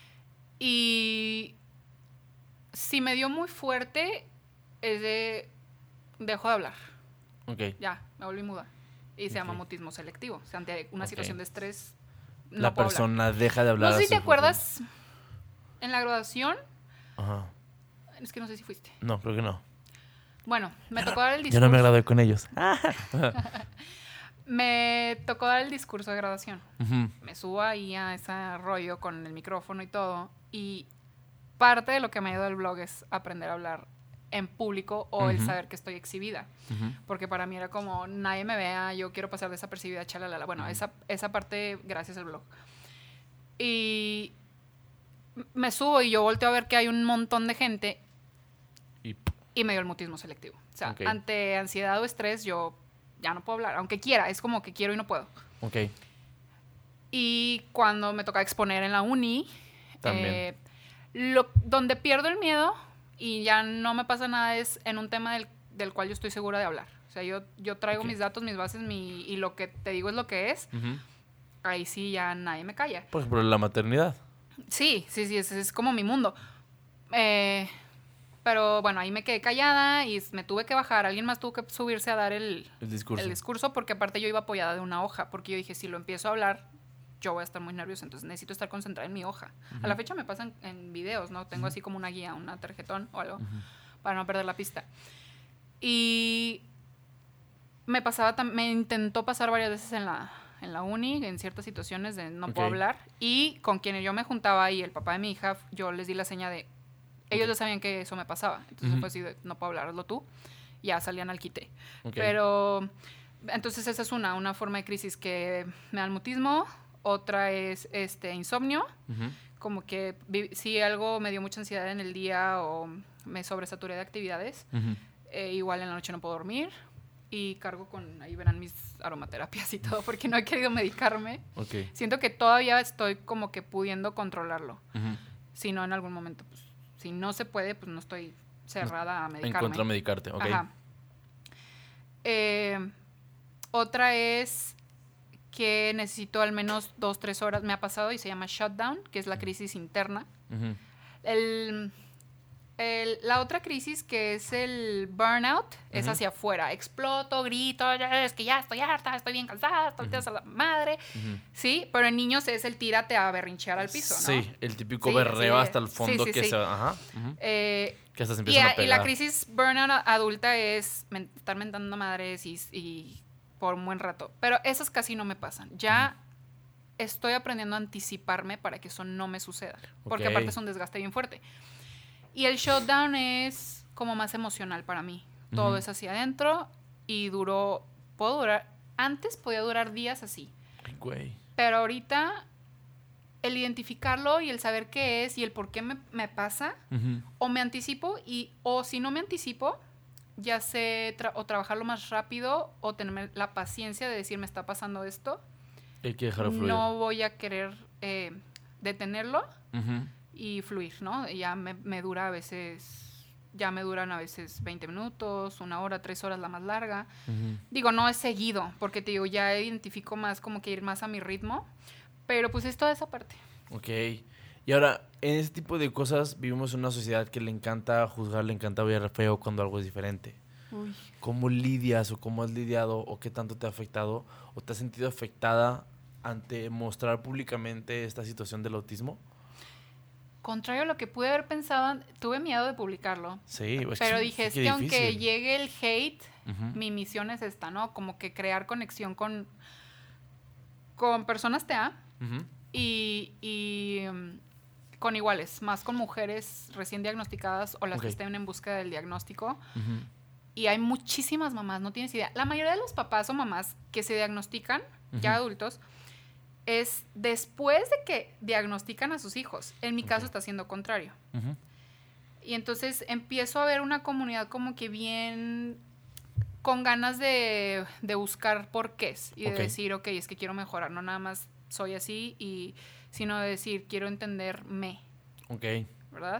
Y si me dio muy fuerte, es de, dejo de hablar. Ok. Ya, me volví muda. Y se llama Ok. mutismo selectivo. O sea, ante una Ok. situación de estrés, no La puedo hablar. persona deja de hablar. No sé si a te su acuerdas, en la graduación, Ajá. es que no sé si fuiste. No, creo que no. Bueno, me tocó dar el Yo discurso. no me gradué con ellos. Me tocó dar el discurso de graduación. Ujú. Me subo ahí a ese rollo con el micrófono y todo. Y parte de lo que me ha ido del blog es aprender a hablar en público o el Ujú. saber que estoy exhibida. Ujú. Porque para mí era como, nadie me vea, yo quiero pasar desapercibida, chalala. Bueno, Ujú. esa, esa parte, gracias al blog. Y me subo y yo volteo a ver que hay un montón de gente Y y me dio el mutismo selectivo. O sea, Ok. ante ansiedad o estrés yo ya no puedo hablar, aunque quiera, es como que quiero y no puedo. ok. Y cuando me toca exponer en la uni, También. eh, lo, donde pierdo el miedo y ya no me pasa nada es en un tema del, del cual yo estoy segura de hablar. O sea, yo, yo traigo Ok. mis datos, mis bases, mi, y lo que te digo es lo que es. Ujú. Ahí sí ya nadie me calla. Por ejemplo, la maternidad. Sí, sí, sí, ese es como mi mundo. Eh, pero bueno, ahí me quedé callada y me tuve que bajar. Alguien más tuvo que subirse a dar el, El discurso. el discurso porque aparte yo iba apoyada de una hoja, porque yo dije, si lo empiezo a hablar, yo voy a estar muy nerviosa, entonces necesito estar concentrada en mi hoja. Ujú. A la fecha me pasan en videos, ¿no? Tengo Ujú. así como una guía, una tarjetón o algo, Ujú. para no perder la pista. Y me pasaba, tam- me intentó pasar varias veces en la, en la uni, en ciertas situaciones de no puedo Ok. hablar, y con quienes yo me juntaba y el papá de mi hija, yo les di la seña de, ellos Ok. ya sabían que eso me pasaba, entonces Ujú. fue así de, no puedo hablar, hazlo tú, ya salían al quite. Ok. Pero, entonces esa es una, una forma de crisis que me da el mutismo, otra es este insomnio, Ujú. como que vi- si algo me dio mucha ansiedad en el día o me sobresaturé de actividades, Ujú. eh, igual en la noche no puedo dormir y cargo con, ahí verán mis aromaterapias y todo, porque no he querido medicarme. Ok. Siento que todavía estoy como que pudiendo controlarlo, Ujú. si no en algún momento, pues, si no se puede, pues no estoy cerrada a En medicarme. contra de medicarte, ok. Ajá. Eh, otra es que necesito al menos dos, tres horas, me ha pasado y se llama shutdown, que es la crisis interna. Ujú. El, el- la otra crisis, que es el burnout, es Ujú. hacia afuera. Exploto, grito, "Ya, es que ya estoy harta, estoy bien cansada, estoy Ujú. hasta la madre". Ujú. Sí, pero en niños es el tírate a berrinchear al piso, ¿no? Sí, el típico Sí, berreo así de- hasta el fondo sí, sí, que sí. se... Ajá. Ujú. Eh, Que hasta se y, empiezan a, a- pegar. y la crisis burnout a- adulta es men- estar mentando madres y, y por un buen rato. Pero esas casi no me pasan. Ya estoy aprendiendo a anticiparme para que eso no me suceda. Porque Ok. aparte es un desgaste bien fuerte. Y el shutdown es como más emocional para mí. Todo Ujú. es hacia adentro y duró, puedo durar, antes podía durar días así. Ay, güey. Pero ahorita el identificarlo y el saber qué es y el por qué me, me pasa, Ujú. o me anticipo y o si no me anticipo, ya sé tra- o trabajarlo más rápido o tener la paciencia de decir me está pasando esto. Hay que dejarlo fluir. No voy a querer eh, detenerlo Ujú. y fluir, ¿no? Ya me, me dura a veces, ya me duran a veces veinte minutos, una hora, tres horas la más larga. Ujú. Digo, no es seguido, porque te digo, ya identifico más como que ir más a mi ritmo, pero pues es toda esa parte. Ok. Y ahora, en ese tipo de cosas vivimos en una sociedad que le encanta juzgar, le encanta ver feo cuando algo es diferente. Uy. ¿Cómo lidias o cómo has lidiado o qué tanto te ha afectado o te has sentido afectada ante mostrar públicamente esta situación del autismo? Contrario a lo que pude haber pensado, tuve miedo de publicarlo. Sí, es Pero que- dije, sí es que que aunque difícil. llegue el hate, Ujú. mi misión es esta, ¿no? Como que crear conexión con, con personas T A Ujú. y, y, um, con iguales, más con mujeres recién diagnosticadas o las Ok. que estén en búsqueda del diagnóstico. Ujú. Y hay muchísimas mamás, no tienes idea. La mayoría de los papás o mamás que se diagnostican, ya Ujú. adultos, es después de que diagnostican a sus hijos. En mi caso Ok. está siendo contrario. Ujú. Y entonces empiezo a ver una comunidad como que bien con ganas de, de buscar porqués y de Ok. decir, ok, es que quiero mejorar, no nada más soy así, y, sino de decir, quiero entenderme, Ok. ¿verdad?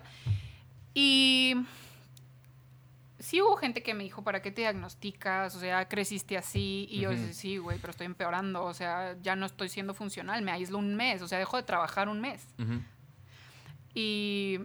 Y sí hubo gente que me dijo, ¿para qué te diagnosticas? O sea, creciste así. Y yo Ujú. decía, sí, güey, pero estoy empeorando. O sea, ya no estoy siendo funcional. Me aíslo un mes. O sea, dejo de trabajar un mes. Ujú. Y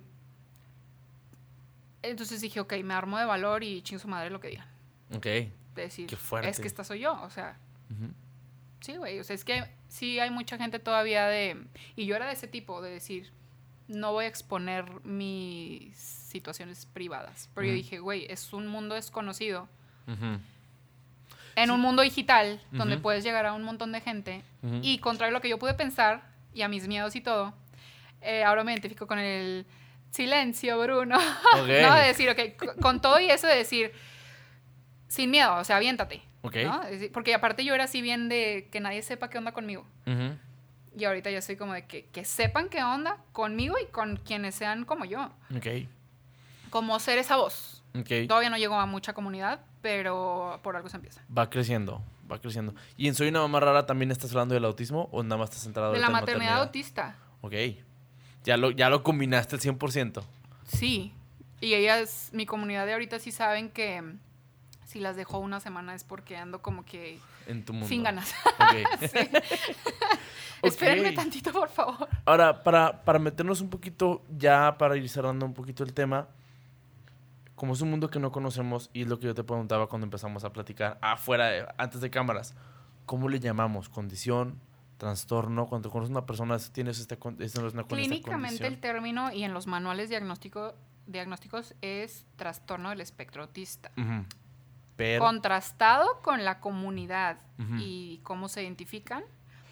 entonces dije, ok, me armo de valor y chingo su madre lo que digan. Ok. De decir, Qué fuerte. es que esta soy yo. O sea, Ujú. sí, güey. O sea, es que sí hay mucha gente todavía de... Y yo era de ese tipo, de decir, no voy a exponer mis situaciones privadas. Pero uh-huh. yo dije, güey, es un mundo desconocido. Uh-huh. En sí. un mundo digital, uh-huh. donde puedes llegar a un montón de gente. Uh-huh. Y contrario a lo que yo pude pensar, y a mis miedos y todo, eh, ahora me identifico con el silencio, Bruno. Okay. No, de decir, ok, con todo y eso de decir, sin miedo, o sea, aviéntate. Okay. ¿No? Porque aparte yo era así bien de que nadie sepa qué onda conmigo. Uh-huh. Y ahorita ya soy como de que, que sepan qué onda conmigo y con quienes sean como yo. Okay. Como ser esa voz. Okay. Todavía no llego a mucha comunidad, pero por algo se empieza. Va creciendo, va creciendo. ¿Y en Soy una mamá rara también estás hablando del autismo o nada más estás centrado en la maternidad? De la maternidad autista. Ok. Ya lo, ya lo combinaste al cien por ciento. Sí. Y ellas, mi comunidad de ahorita sí saben que si las dejo una semana es porque ando como que en tu mundo. Sin ganas. Okay. Sí. Okay. Espérenme tantito, por favor. Ahora, para, para meternos un poquito, ya para ir cerrando un poquito el tema, como es un mundo que no conocemos, y es lo que yo te preguntaba cuando empezamos a platicar afuera, de, antes de cámaras, ¿cómo le llamamos? ¿Condición? ¿Trastorno? Cuando conoces a una persona, ¿tienes esta, esta, una Clínicamente el término y en los manuales diagnóstico, diagnósticos es trastorno del espectro autista. Uh-huh. Pero... Contrastado con la comunidad uh-huh. y cómo se identifican,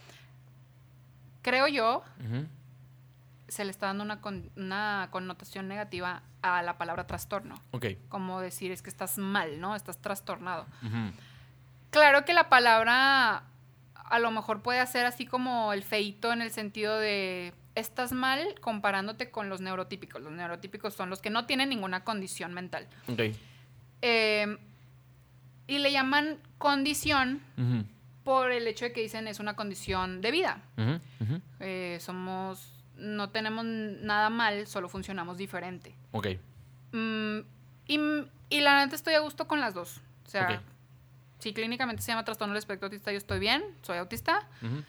creo yo, uh-huh. se le está dando una, con, una connotación negativa a la palabra trastorno. Okay. Como decir, es que estás mal, ¿no? Estás trastornado. Uh-huh. Claro que la palabra a lo mejor puede hacer así como el feíto en el sentido de estás mal comparándote con los neurotípicos. Los neurotípicos son los que no tienen ninguna condición mental. Okay. Eh, y le llaman condición uh-huh. por el hecho de que dicen es una condición de vida. Uh-huh. Uh-huh. Eh, somos, no tenemos nada mal, solo funcionamos diferente. Ok. Mm, y, y la neta estoy a gusto con las dos. O sea, okay. si clínicamente se llama trastorno del espectro autista, yo estoy bien, soy autista. Uh-huh.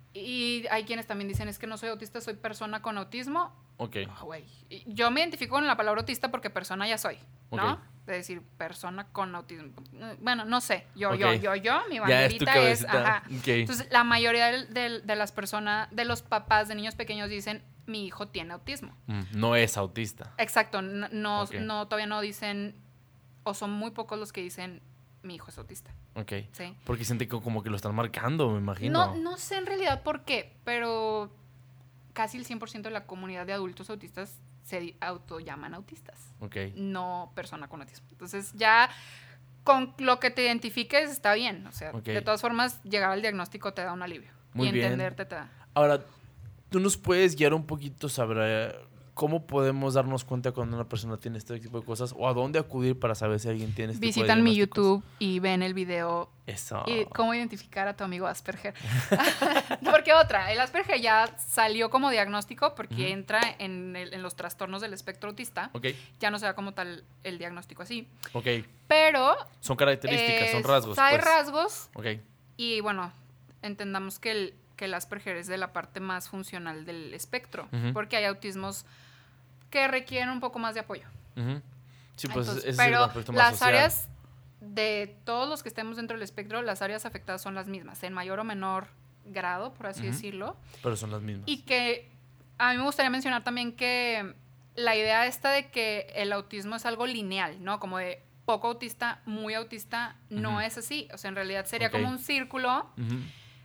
Y hay quienes también dicen, es que no soy autista, soy persona con autismo. Ok. Oh, güey. Yo me identifico con la palabra autista porque persona ya soy, ¿no? Okay. De decir, persona con autismo. Bueno, no sé. Yo, okay. yo, yo, yo, mi banderita es... es ajá. Okay. Entonces, la mayoría de, de, de las personas, de los papás de niños pequeños dicen, mi hijo tiene autismo. Mm, no es autista. Exacto. No, no, okay. no, todavía no dicen, o son muy pocos los que dicen, mi hijo es autista. Ok. Sí. Porque siente que como que lo están marcando, me imagino. No, no sé en realidad por qué, pero casi el cien por ciento de la comunidad de adultos autistas se autollaman autistas. Ok. No persona con autismo. Entonces ya con lo que te identifiques está bien. O sea, okay. de todas formas, llegar al diagnóstico te da un alivio. Muy y bien. entenderte te da. Ahora, ¿tú nos puedes guiar un poquito sobre cómo podemos darnos cuenta cuando una persona tiene este tipo de cosas? ¿O a dónde acudir para saber si alguien tiene este tipo de Visitan mi YouTube y ven el video. Eso. Y cómo identificar a tu amigo Asperger. Porque otra, el Asperger ya salió como diagnóstico porque uh-huh. entra en, el, en los trastornos del espectro autista. Okay. Ya no se da como tal el diagnóstico así. Ok. Pero... Son características, eh, son rasgos. Hay pues. rasgos. Ok. Y bueno, entendamos que el, que el Asperger es de la parte más funcional del espectro. Uh-huh. Porque hay autismos que requieren un poco más de apoyo. Uh-huh. Sí, pues Entonces, es pero el aspecto más las social. áreas de todos los que estemos dentro del espectro, las áreas afectadas son las mismas, en mayor o menor grado, por así uh-huh. decirlo. Pero son las mismas. Y que a mí me gustaría mencionar también que la idea esta de que el autismo es algo lineal, ¿no? Como de poco autista, muy autista, uh-huh. no es así. O sea, en realidad sería okay. como un círculo uh-huh.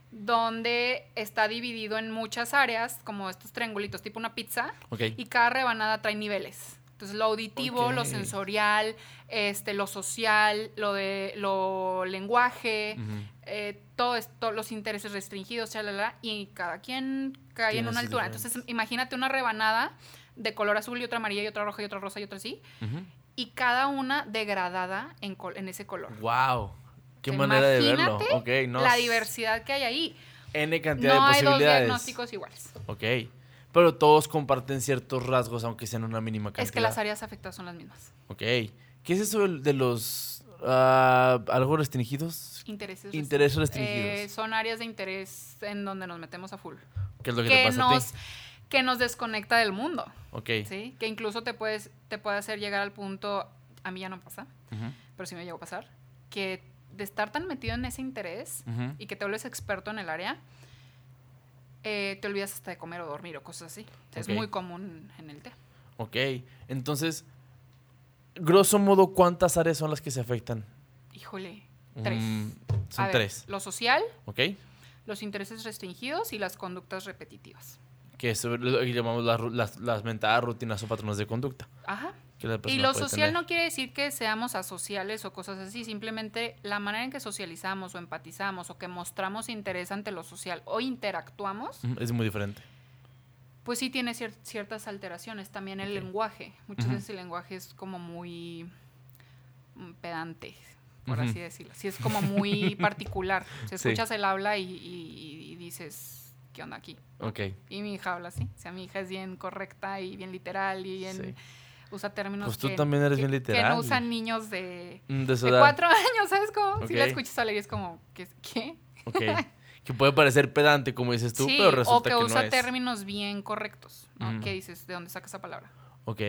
donde está dividido en muchas áreas, como estos triangulitos, tipo una pizza, okay. y cada rebanada trae niveles. Entonces, lo auditivo, okay. lo sensorial, este, lo social, lo de lo lenguaje, uh-huh. eh, todo esto, los intereses restringidos, chalala, y cada quien cae en una altura. Diferentes. Entonces, imagínate una rebanada de color azul y otra amarilla y otra roja y otra rosa y otra así, uh-huh. y cada una degradada en, col- en ese color. ¡Wow! ¡Qué manera de verlo! Okay, no la diversidad que hay ahí. N cantidad no de posibilidades. No hay dos diagnósticos iguales. Ok. Pero todos comparten ciertos rasgos, aunque sean una mínima cantidad. Es que las áreas afectadas son las mismas. Ok. ¿Qué es eso de los uh, algo restringidos? Intereses, Intereses restringidos. Eh, son áreas de interés en donde nos metemos a full. ¿Qué es lo que, que te pasa nos, a ti? Que nos desconecta del mundo. Ok. ¿Sí? Que incluso te, puedes, te puede hacer llegar al punto, a mí ya no pasa, uh-huh. pero sí me llegó a pasar, que de estar tan metido en ese interés uh-huh. y que te vuelves experto en el área, eh, te olvidas hasta de comer o dormir o cosas así. O sea, Ok. es muy común en el té. Ok, entonces, grosso modo, ¿cuántas áreas son las que se afectan? Híjole, tres. Mm, son A ver, tres, lo social, ¿ok? los intereses restringidos y las conductas repetitivas. Que es lo que llamamos las, ru- las, las mentadas rutinas o patrones de conducta. Ajá. Que la Y persona lo puede social tener. no quiere decir que seamos asociales o cosas así, simplemente la manera en que socializamos o empatizamos o que mostramos interés ante lo social o interactuamos, Ujú, es muy diferente. pues sí tiene cier- ciertas alteraciones. También el Ok. lenguaje. Muchas Ujú. veces el lenguaje es como muy mm, pedante, por Ujú. así decirlo. Sí, es como muy particular. O sea, Sí. escuchas el habla y, y- y dices, ¿qué onda aquí? Ok, Y mi hija habla así. O sea, mi hija es bien correcta y bien literal y bien... sí. Usa términos Pues tú que, también eres que- bien que literal. no usan niños de, Mm, De su de edad. cuatro años, ¿sabes cómo? Si la Ok. escuchas hablar y es como, ¿qué? ¿qué? Ok. Que puede parecer pedante, como dices tú, Sí, pero resulta o que, que, usa no es. términos bien correctos, ¿no? Ujú. ¿Qué dices? ¿De dónde sacas esa palabra? Ok.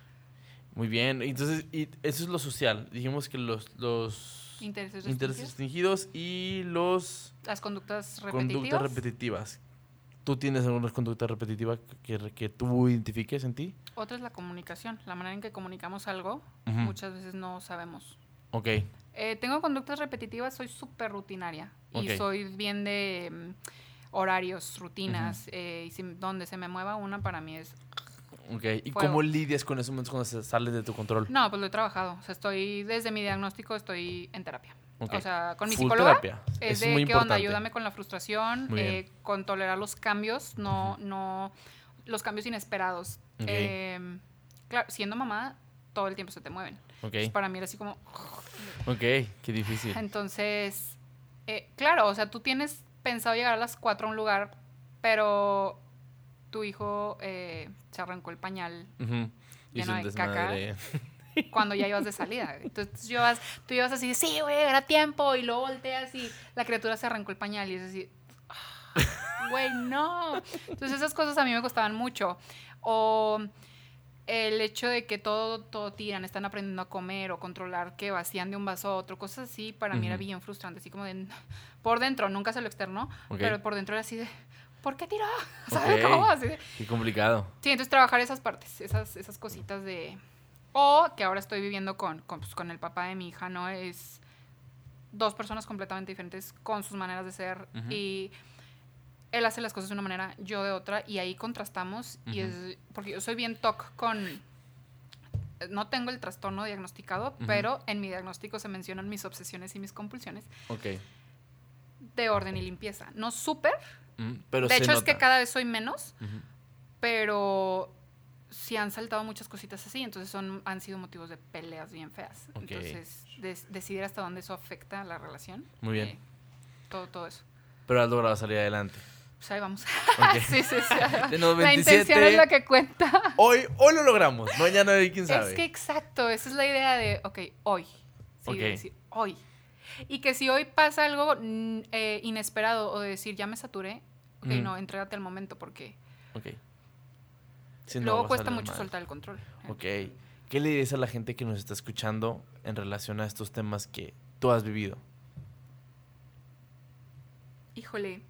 Muy bien. Entonces, y eso es lo social. Dijimos que los, los Intereses intereses restringidos. restringidos y los Las conductas repetitivas. conductas repetitivas. ¿Tú tienes alguna conducta repetitiva que, que, que tú identifiques en ti? Otra es la comunicación, la manera en que comunicamos algo, Ujú. muchas veces no sabemos. Ok. Eh, tengo conductas repetitivas, soy súper rutinaria y Ok. soy bien de mm, horarios, rutinas, eh, y si, donde se me mueva una para mí es... Ok. ¿Y Fuego. cómo lidias con esos momentos cuando se sales de tu control? No, pues lo he trabajado, o sea, estoy, desde mi diagnóstico estoy en terapia. Ok. O sea, con mi Full psicóloga terapia. es Eso de es muy qué onda, importante. ayúdame con la frustración, Muy bien. eh, con tolerar los cambios, no, no, los cambios inesperados. Ok. Eh, claro, siendo mamá, todo el tiempo se te mueven. Ok. Entonces, para mí era así como... Ok. Qué difícil. Entonces, eh, claro, o sea, tú tienes pensado llegar a las cuatro a un lugar, pero tu hijo eh, se arrancó el pañal Ujú. Y es lleno un de caca desmadre. cuando ya ibas de salida. Entonces tú ibas, tú ibas así, sí, güey, era tiempo, y luego volteas y la criatura se arrancó el pañal y es así, "Ah, güey, no". Entonces esas cosas a mí me costaban mucho. O el hecho de que todo, todo tiran, están aprendiendo a comer o controlar que vacían de un vaso a otro, cosas así, para mí era Ujú. bien frustrante, así como de, por dentro, nunca se lo externo, Ok. pero por dentro era así de, ¿por qué tiró? ¿Sabes Ok. cómo? Así de, Qué complicado. sí, entonces trabajar esas partes, esas, esas cositas de... O que ahora estoy viviendo con, con, pues, con el papá de mi hija, ¿no? Es dos personas completamente diferentes con sus maneras de ser. Ujú. Y él hace las cosas de una manera, yo de otra, y ahí contrastamos. Y Ujú. es... Porque yo soy bien T O C con... No tengo el trastorno diagnosticado, Ujú. pero en mi diagnóstico se mencionan mis obsesiones y mis compulsiones Ok. de orden y limpieza. No súper. Mm, Pero De se hecho, es nota. que cada vez soy menos, Ujú. pero sí han saltado muchas cositas así, entonces son han sido motivos de peleas bien feas. Ok. Entonces, des- decidir hasta dónde eso afecta a la relación. Muy bien. eh, todo, todo eso. Pero has logrado salir adelante. Pues ahí vamos. Ok. sí, sí, sí. De los La intención veintisiete, es la que cuenta. Hoy, hoy lo logramos. Mañana quién sabe. Es que exacto, esa es la idea de, ok, hoy. Sí, Ok. de decir, hoy. Y que si hoy pasa algo mm, eh, inesperado o de decir, ya me saturé, ok, Mm. no, entrégate al momento porque Ok. Si no, luego va a cuesta salir mucho mal. soltar el control. Ok. ¿Qué le dices a la gente que nos está escuchando en relación a estos temas que tú has vivido? Híjole.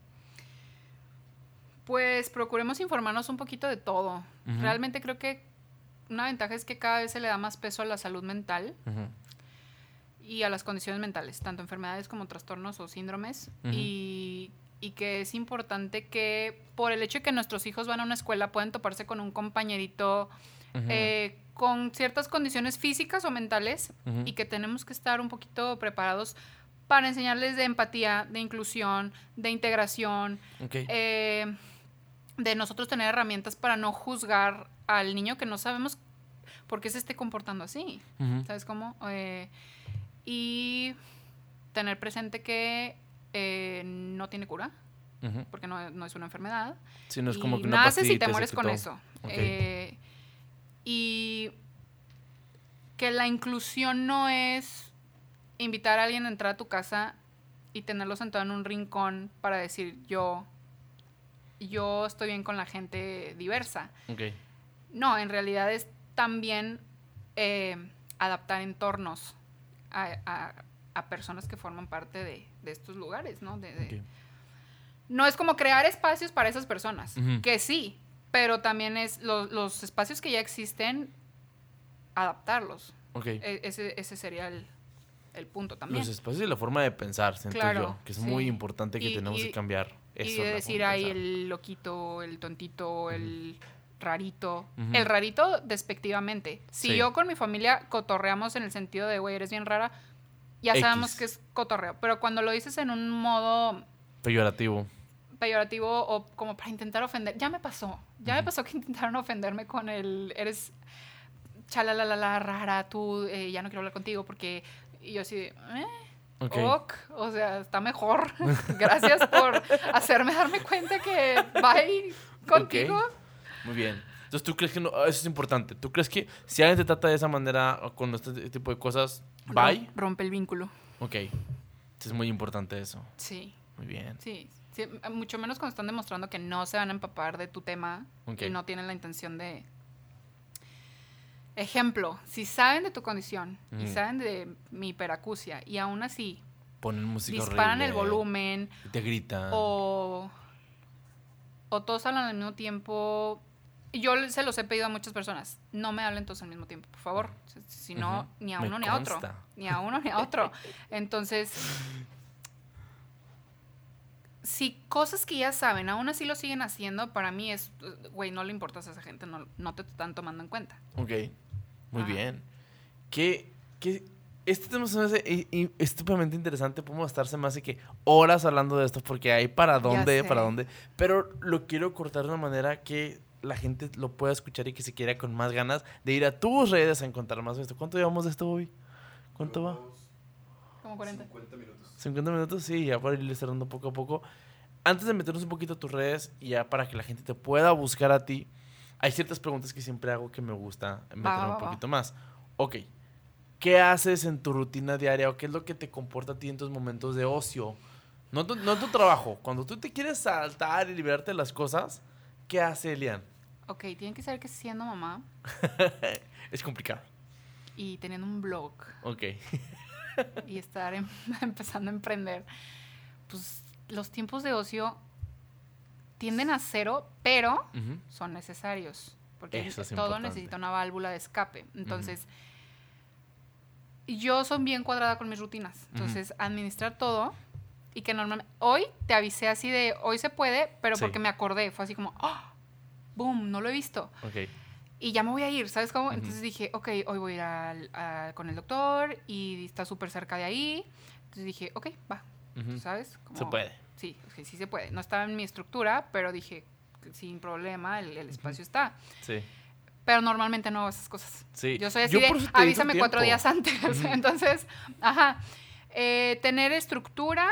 Pues procuremos informarnos un poquito de todo. Ujú. Realmente creo que una ventaja es que cada vez se le da más peso a la salud mental Ujú. y a las condiciones mentales, tanto enfermedades como trastornos o síndromes. Ujú. y, y que es importante que por el hecho de que nuestros hijos van a una escuela pueden toparse con un compañerito Ujú. eh, con ciertas condiciones físicas o mentales Ujú. y que tenemos que estar un poquito preparados para enseñarles de empatía, de inclusión, de integración, Ok. eh, de nosotros tener herramientas para no juzgar al niño que no sabemos por qué se esté comportando así. Ujú. ¿Sabes cómo? Eh, y tener presente que eh, no tiene cura, Ujú. porque no, no es una enfermedad. Sí, no es Y como que una naces y te pastillita se mueres con quitó. eso. Ok. Eh, y que la inclusión no es invitar a alguien a entrar a tu casa y tenerlo sentado en un rincón para decir yo, yo estoy bien con la gente diversa. Ok. No, en realidad es también eh, adaptar entornos a, a- a personas que forman parte de, de estos lugares, ¿no? De, de- Ok. no es como crear espacios para esas personas, Ujú. que sí, pero también es lo- los espacios que ya existen, adaptarlos. Ok. E- ese, ese sería el, el punto también. Los espacios y la forma de pensar, siento Claro, yo, que es sí. muy importante que Y- tenemos y- que cambiar eso. Y la de forma decir, de ay, pensar. el loquito, el tontito, el rarito. Ujú. El rarito despectivamente. Si Sí. yo con mi familia cotorreamos en el sentido de, güey, eres bien rara, ya X. sabemos que es cotorreo. Pero cuando lo dices en un modo Peyorativo. peyorativo o como para intentar ofender, ya me pasó. Ya me Ujú. pasó que intentaron ofenderme con el, eres chalalalala, rara, tú, eh, ya no quiero hablar contigo porque... Y yo así de, ¿eh? Ok. Ok, o sea, está mejor. Gracias por hacerme darme cuenta que bye contigo. Ok. Muy bien. Entonces, ¿tú crees que no? Eso es importante. ¿Tú crees que si alguien te trata de esa manera o con este tipo de cosas, bye? Rom- Rompe el vínculo. Ok. Entonces, es muy importante eso. Sí, Muy bien. sí, sí. Mucho menos cuando están demostrando que no se van a empapar de tu tema Ok. y no tienen la intención de... Ejemplo, si saben de tu condición y Ujú. saben de mi hiperacusia y aún así Ponen música disparan horrible. el volumen Y te gritan. o, o todos hablan al mismo tiempo. Yo se los he pedido a muchas personas. No me hablen todos al mismo tiempo, por favor. Si, si no, Ujú. ni a Me uno ni a otro. consta. Ni a uno ni a otro. Entonces, si cosas que ya saben, aún así lo siguen haciendo, para mí es, güey, no le importas a esa gente, no, no te están tomando en cuenta. Ok. Muy Ajá. bien. ¿Qué, qué, este tema se me hace i- i- estúpidamente interesante. Podemos estar, se me hace que horas hablando de esto porque hay para dónde, sé. para dónde. Pero lo quiero cortar de una manera que la gente lo pueda escuchar y que se quiera con más ganas de ir a tus redes a encontrar más de esto. ¿Cuánto llevamos de esto hoy? ¿Cuánto va? Como cuarenta. cincuenta minutos. cincuenta minutos, sí, ya para ir cerrando poco a poco. Antes de meternos un poquito a tus redes y ya para que la gente te pueda buscar a ti, hay ciertas preguntas que siempre hago que me gusta meter Va, va, un va. poquito más. Ok, ¿qué haces en tu rutina diaria o qué es lo que te comporta a ti en tus momentos de ocio? No tu, no tu trabajo. Cuando tú te quieres saltar y liberarte de las cosas, ¿qué hace Elian? Ok, tienen que saber que siendo mamá Es complicado. y teniendo un blog Ok. y estar em- empezando a emprender, pues los tiempos de ocio tienden a cero, pero Ujú. son necesarios. Porque Eso es todo importante. necesita una válvula de escape. Entonces, yo soy bien cuadrada con mis rutinas. Entonces, administrar todo y que normalmente... Hoy te avisé así de, hoy se puede, pero Sí. porque me acordé. Fue así como, ¡ah! ¡Boom! No lo he visto. Ok. Y ya me voy a ir, ¿sabes cómo? Ujú. Entonces dije, ok, hoy voy a ir al- a- con el doctor y está súper cerca de ahí. Entonces dije, ok, va, Ujú. ¿sabes? Como- Se puede. Sí, ok, sí se puede. No estaba en mi estructura, pero dije, sin problema, el, el espacio está. Sí. Pero normalmente no hago esas cosas. Sí. Yo soy así Yo de, por eso te di tu avísame cuatro tiempo. días antes. Ujú. Entonces, ajá. Eh, tener estructura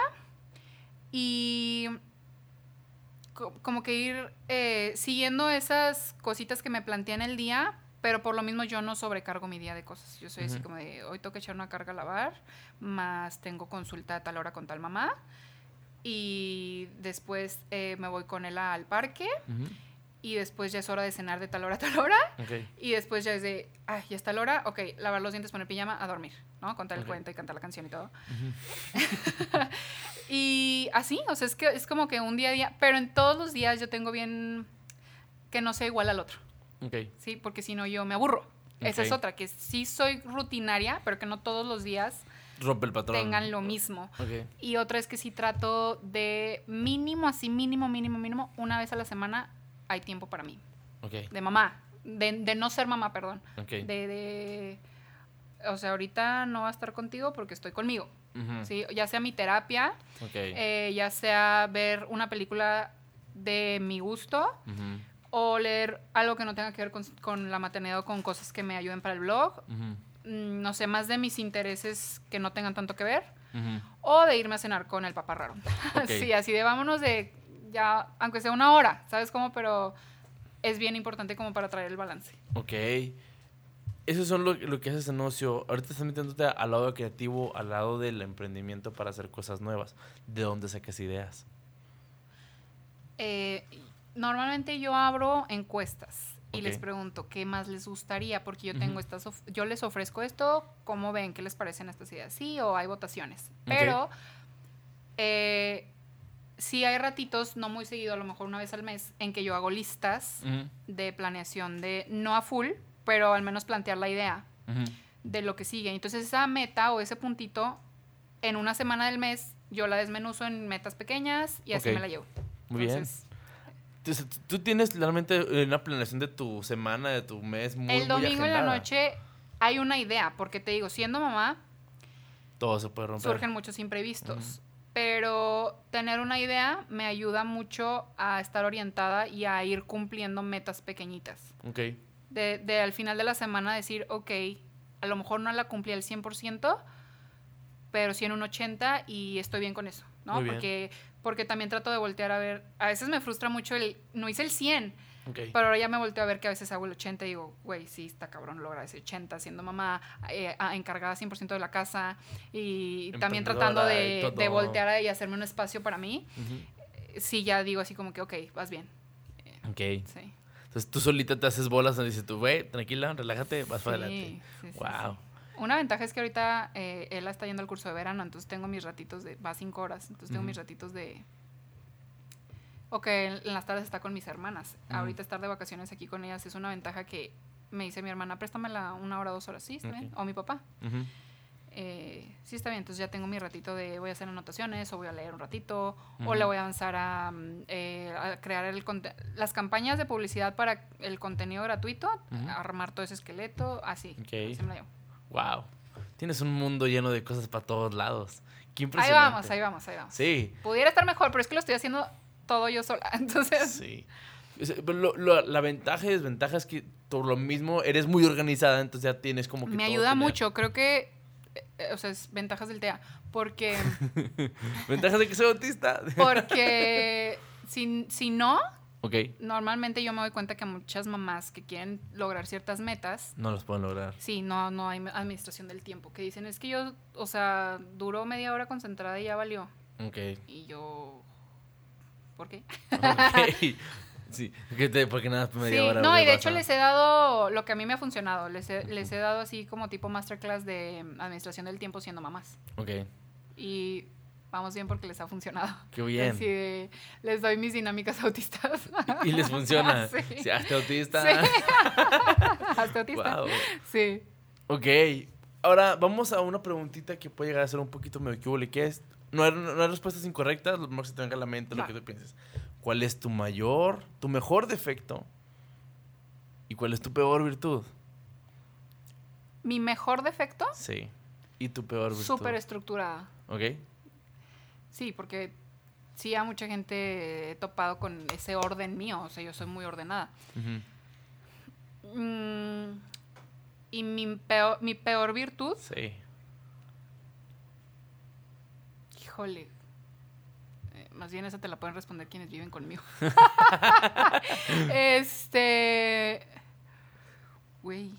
y co- como que ir eh, siguiendo esas cositas que me planteé en el día, pero por lo mismo yo no sobrecargo mi día de cosas. Yo soy así Ujú. como de, hoy tengo que echar una carga a lavar, más tengo consulta a tal hora con tal mamá, y después eh, me voy con él al parque, Ujú. y después ya es hora de cenar de tal hora a tal hora, Ok. y después ya es de, ah, ya está la hora, ok, lavar los dientes, poner pijama, a dormir, ¿no? Contar el Ok. cuento y cantar la canción y todo. Ujú. Y así, o sea, es que es como que un día a día, pero en todos los días yo tengo bien que no sea igual al otro, Ok. ¿sí? Porque si no yo me aburro. Esa es Ok. otra, que sí soy rutinaria, pero que no todos los días Rompe el patrón. tengan lo mismo. Ok. Y otra es que sí trato de mínimo, así mínimo, mínimo, mínimo, una vez a la semana hay tiempo para mí. Ok. De mamá, de, de no ser mamá, perdón. Ok. De, de, o sea, ahorita no va a estar contigo porque estoy conmigo, Ujú. ¿sí? Ya sea mi terapia, Ok. eh, ya sea ver una película de mi gusto Ujú. o leer algo que no tenga que ver con, con la maternidad o con cosas que me ayuden para el blog, Ujú. mm, no sé, más de mis intereses que no tengan tanto que ver, Ujú. o de irme a cenar con el papá raro. Ok. Sí, así de vámonos de ya, aunque sea una hora, ¿sabes cómo? Pero es bien importante como para traer el balance. Ok. Eso son lo, lo que haces en ocio. Ahorita estás metiéndote al lado creativo, al lado del emprendimiento para hacer cosas nuevas. ¿De dónde sacas ideas? Eh, normalmente yo abro encuestas y Ok. les pregunto qué más les gustaría, porque yo Ujú. tengo estas, of- yo les ofrezco esto, ¿cómo ven? ¿Qué les parecen estas ideas? Sí, o hay votaciones. Ok. Pero eh, sí hay ratitos, no muy seguido, a lo mejor una vez al mes, en que yo hago listas Uh-huh. de planeación de, no a full, pero al menos plantear la idea Uh-huh. de lo que sigue. Entonces esa meta o ese puntito, en una semana del mes, yo la desmenuzo en metas pequeñas y así Ok. me la llevo. Muy Entonces, bien. Entonces, tú tienes realmente una planeación de tu semana, de tu mes muy, el muy domingo en la agendada. noche hay una idea, porque te digo, siendo mamá, Todo se puede romper. surgen muchos imprevistos. Ujú. Pero tener una idea me ayuda mucho a estar orientada y a ir cumpliendo metas pequeñitas. Ok. De, de al final de la semana decir, ok, a lo mejor no la cumplí al cien por ciento, pero sí en un ochenta por ciento y estoy bien con eso, ¿no? Muy bien. Porque, porque también trato de voltear a ver, a veces me frustra mucho el, no hice el cien, Ok. pero ahora ya me volteo a ver que a veces hago el ochenta y digo, güey, sí, está cabrón lograr ese ochenta, siendo mamá eh, a- encargada cien por ciento de la casa y también tratando Emprendedora y de, todo. de voltear y hacerme un espacio para mí. Ujú. Eh, Sí, ya digo así como que, ok, vas bien. Ok. Sí. Entonces tú solita te haces bolas y dices tú, güey, tranquila, relájate, vas para Sí, adelante. sí, sí, Wow. sí. Una ventaja es que ahorita eh, él está yendo al curso de verano, entonces tengo mis ratitos de, va cinco horas, entonces tengo Ujú. mis ratitos de... O que en, en las tardes está con mis hermanas. Ujú. Ahorita estar de vacaciones aquí con ellas es una ventaja que me dice mi hermana, préstamela una hora, dos horas, sí, está Ok. bien. O mi papá. Ujú. Eh, sí, está bien, entonces ya tengo mi ratito de voy a hacer anotaciones o voy a leer un ratito Ujú. o le voy a avanzar a, mm, eh, a crear el conte- las campañas de publicidad para el contenido gratuito, Ujú. armar todo ese esqueleto, así. Ok. así me la llevo. Wow. Tienes un mundo lleno de cosas para todos lados. Qué Ahí impresionante. vamos, ahí vamos, ahí vamos. Sí. Pudiera estar mejor, pero es que lo estoy haciendo todo yo sola. Entonces, Sí. O sea, pero lo- lo- la ventaja y desventaja es que por lo mismo eres muy organizada, entonces ya tienes como que me todo ayuda tener- mucho. Creo que, eh, eh, o sea, es ventajas del T E A. Porque, Ventajas de que soy autista. porque si, si no, Ok. normalmente yo me doy cuenta que muchas mamás que quieren lograr ciertas metas, No los pueden lograr. sí, no, no hay administración del tiempo. Que dicen, es que yo, o sea, duró media hora concentrada y ya valió. Ok. Y yo, ¿por qué? Ok. Sí, que te- porque nada, media Sí, hora. no, ¿qué y de pasa? hecho les he dado lo que a mí me ha funcionado. Les he, les he dado así como tipo masterclass de administración del tiempo siendo mamás. Ok, Y vamos bien porque les ha funcionado. qué bien. Así de, les doy mis dinámicas autistas. Y, y les funciona. Sí. Sí, hasta autista. Sí. Hasta autista. Wow. Sí. Ok. Ahora vamos a una preguntita que puede llegar a ser un poquito medio que huele, que es. No hay, no hay respuestas incorrectas, lo mejor que se te venga a la mente, lo Va. que tú pienses. ¿Cuál es tu mayor, tu mejor defecto? ¿Y cuál es tu peor virtud? Mi mejor defecto, Sí. ¿Y tu peor virtud? súper estructurada. Ok. Sí, porque sí a mucha gente he topado con ese orden mío. O sea, yo soy muy ordenada. Ujú. Mm, y mi peor, mi peor virtud, Sí. híjole, eh, más bien esa te la pueden responder quienes viven conmigo. este, güey,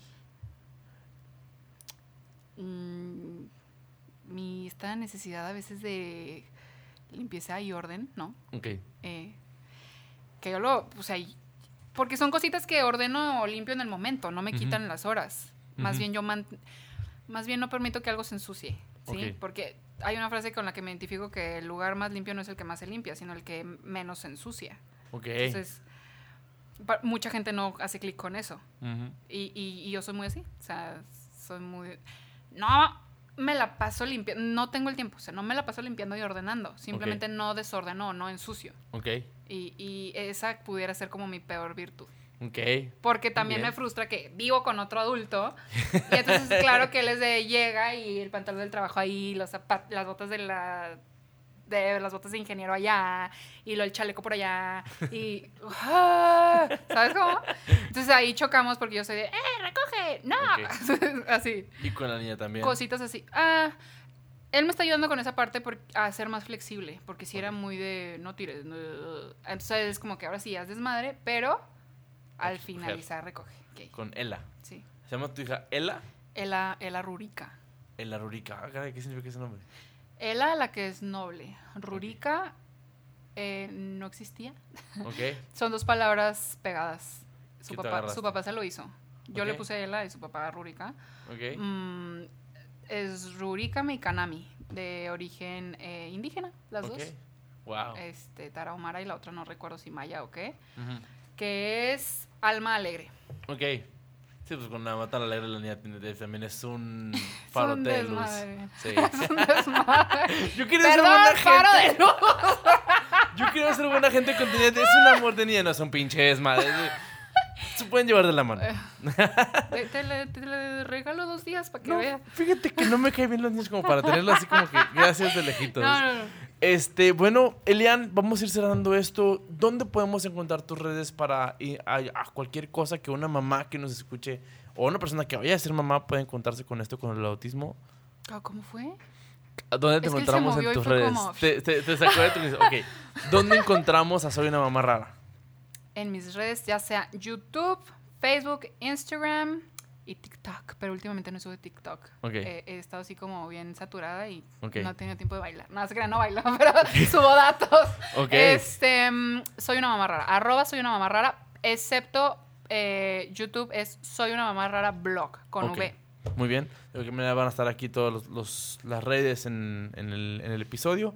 Mm, mi esta necesidad a veces de limpieza y orden, ¿no? Ok. Eh, que yo lo, o sea, y- porque son cositas que ordeno o limpio en el momento, no me Ujú. quitan las horas. Más Ujú. bien yo man- más bien no permito que algo se ensucie, ¿sí? Ok. Porque hay una frase con la que me identifico que el lugar más limpio no es el que más se limpia, sino el que menos se ensucia. Ok. Entonces, pa- mucha gente no hace clic con eso. Ujú. Y, y- y yo soy muy así. O sea, soy muy... No me la paso limpiando. No tengo el tiempo. O sea, no me la paso limpiando y ordenando. Simplemente no desordeno, no ensucio. Ok. Y, y esa pudiera ser como mi peor virtud. Ok. Porque también Bien. me frustra que vivo con otro adulto. Y entonces, claro que él es de llega y el pantalón del trabajo ahí, los zapat- las botas de la... de las botas de ingeniero allá, y lo el chaleco por allá, y... ¡ah! ¿Sabes cómo? Entonces ahí chocamos porque yo soy de, ¡eh, recoge! ¡No! Así, Y con la niña también. cositas así. Ah, él me está ayudando con esa parte por, a ser más flexible, porque si era Ok. muy de, no tires. no". Entonces es como que ahora sí, haz desmadre, pero al Recoger. finalizar recoge. Ok, Con Ela. sí. ¿Se llama tu hija Ela? Ela, Ela Rurica. Ela Rurica. Ah, caray, ¿qué significa ese nombre? Ela, la que es noble. Rurica eh, no existía. Ok. Son dos palabras pegadas. Su ¿Qué te papá, agarraste? su papá se lo hizo. Yo le Ok. puse Ela y su papá Rurica. Ok. Mm, es Rurica Meikanami, de origen eh, indígena, las Ok. dos. Wow. este, Tarahumara, y la otra no recuerdo si Maya o qué, Uh-huh. que es Alma Alegre. Ok. Sí, pues con la mata la alegre la niña tiene- también es un Es farote un de luz. desmadre. Sí. Es un desmadre. Yo quería ser Perdón, buena faro gente. de luz. Yo quiero ser buena gente con niña. Es un amor de niña, no es un pinche desmadre. Se pueden llevar de la mano. Te, te le, te le regalo dos días para que No, vea. fíjate que no me caen bien los niños como para tenerlo así como que gracias de lejitos. No, no, no. Este, bueno, Elian, vamos a ir cerrando esto. ¿Dónde podemos encontrar tus redes para ir a, a cualquier cosa que una mamá que nos escuche o una persona que vaya a ser mamá pueda encontrarse con esto, con el autismo? ¿Cómo fue? ¿Dónde te Es que él se encontramos movió en y tus fue redes? como- Te, te, te sacó de tu... Ok. ¿Dónde encontramos a Soy una mamá rara? En mis redes, ya sea YouTube, Facebook, Instagram y TikTok. Pero últimamente no subo TikTok. Ok. Eh, he estado así como bien saturada y Ok. no he tenido tiempo de bailar. No, es que no bailo, pero subo datos. Ok. Este, mm, soy una mamá rara. Arroba soy una mamá rara, excepto eh, YouTube es Soy una mamá rara blog con Ok. V. Muy bien. De cualquier manera van a estar aquí todas los, los- las redes en, en el, en el episodio.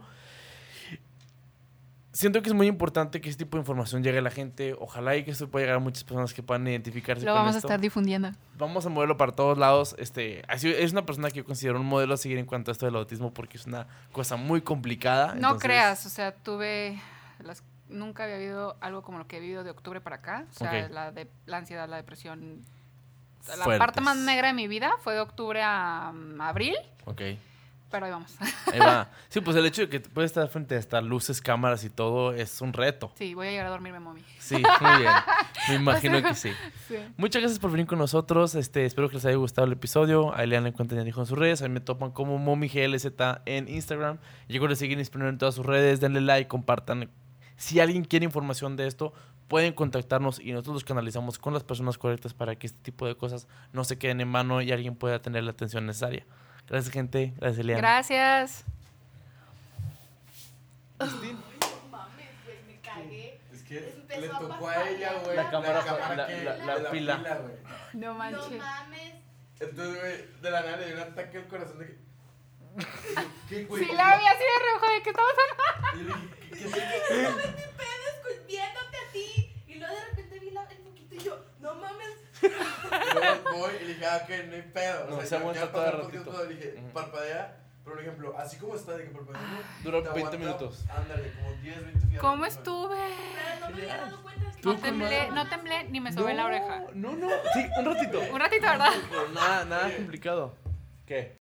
Siento que es muy importante que este tipo de información llegue a la gente. Ojalá y que esto pueda llegar a muchas personas que puedan identificarse Lo con vamos esto. a estar difundiendo. Vamos a moverlo para todos lados. Este, así, es una persona que yo considero un modelo a seguir en cuanto a esto del autismo porque es una cosa muy complicada. No entonces- creas, o sea, tuve las nunca había habido algo como lo que he vivido de octubre para acá, o sea, Ok. la de la ansiedad, la depresión. La Fuertes. parte más negra de mi vida fue de octubre a um, abril, Ok. pero ahí vamos. Ahí va. Sí, pues el hecho de que te puedes estar frente a estas luces, cámaras y todo es un reto. Sí, voy a llegar a dormirme, mami. Sí, muy bien. Me imagino que sí. Sí. Muchas gracias por venir con nosotros. Este, espero que les haya gustado el episodio. A Elian le encuentran, ya dijo, en sus redes. A mí me topan como MomiGLZ en Instagram. Y recuerden seguir inspirando en todas sus redes. Denle like, compartan. Si alguien quiere información de esto, pueden contactarnos y nosotros los canalizamos con las personas correctas para que este tipo de cosas no se queden en mano y alguien pueda tener la atención necesaria. Gracias, gente. Gracias, Elian. Gracias. Mames, güey, me cagué. Es que Empezó le a tocó a pasar ella, la- güey. La cámara, la- que- la- la de pila. güey. No No manches. mames. Entonces, güey, de la nada le dio un ataque al corazón de que. ¿Qué, güey? Sí, la vi así de reojo de que estamos Y yo dije, ¿qué, qué, qué? Pedo escu- viéndote a ti. Y luego de repente vi la, el poquito y yo, no mames. Y luego voy y le dije, ah, ok, no hay pedo. No, O se sea, ya- aguanta ya todo pasó el el podcast, ratito. todo, le dije, Ujú. parpadea. Pero, por ejemplo, así como está, de que parpadea. Duró te veinte aguanta, minutos. Ándale, como diez, veinte fíjate. ¿Cómo estuve? Pero no me había dado cuenta que Tú No temblé, no temblé ni me sobé la oreja. No, no. Sí, un ratito. Un ratito, ¿verdad? Pero nada, nada complicado. ¿Qué?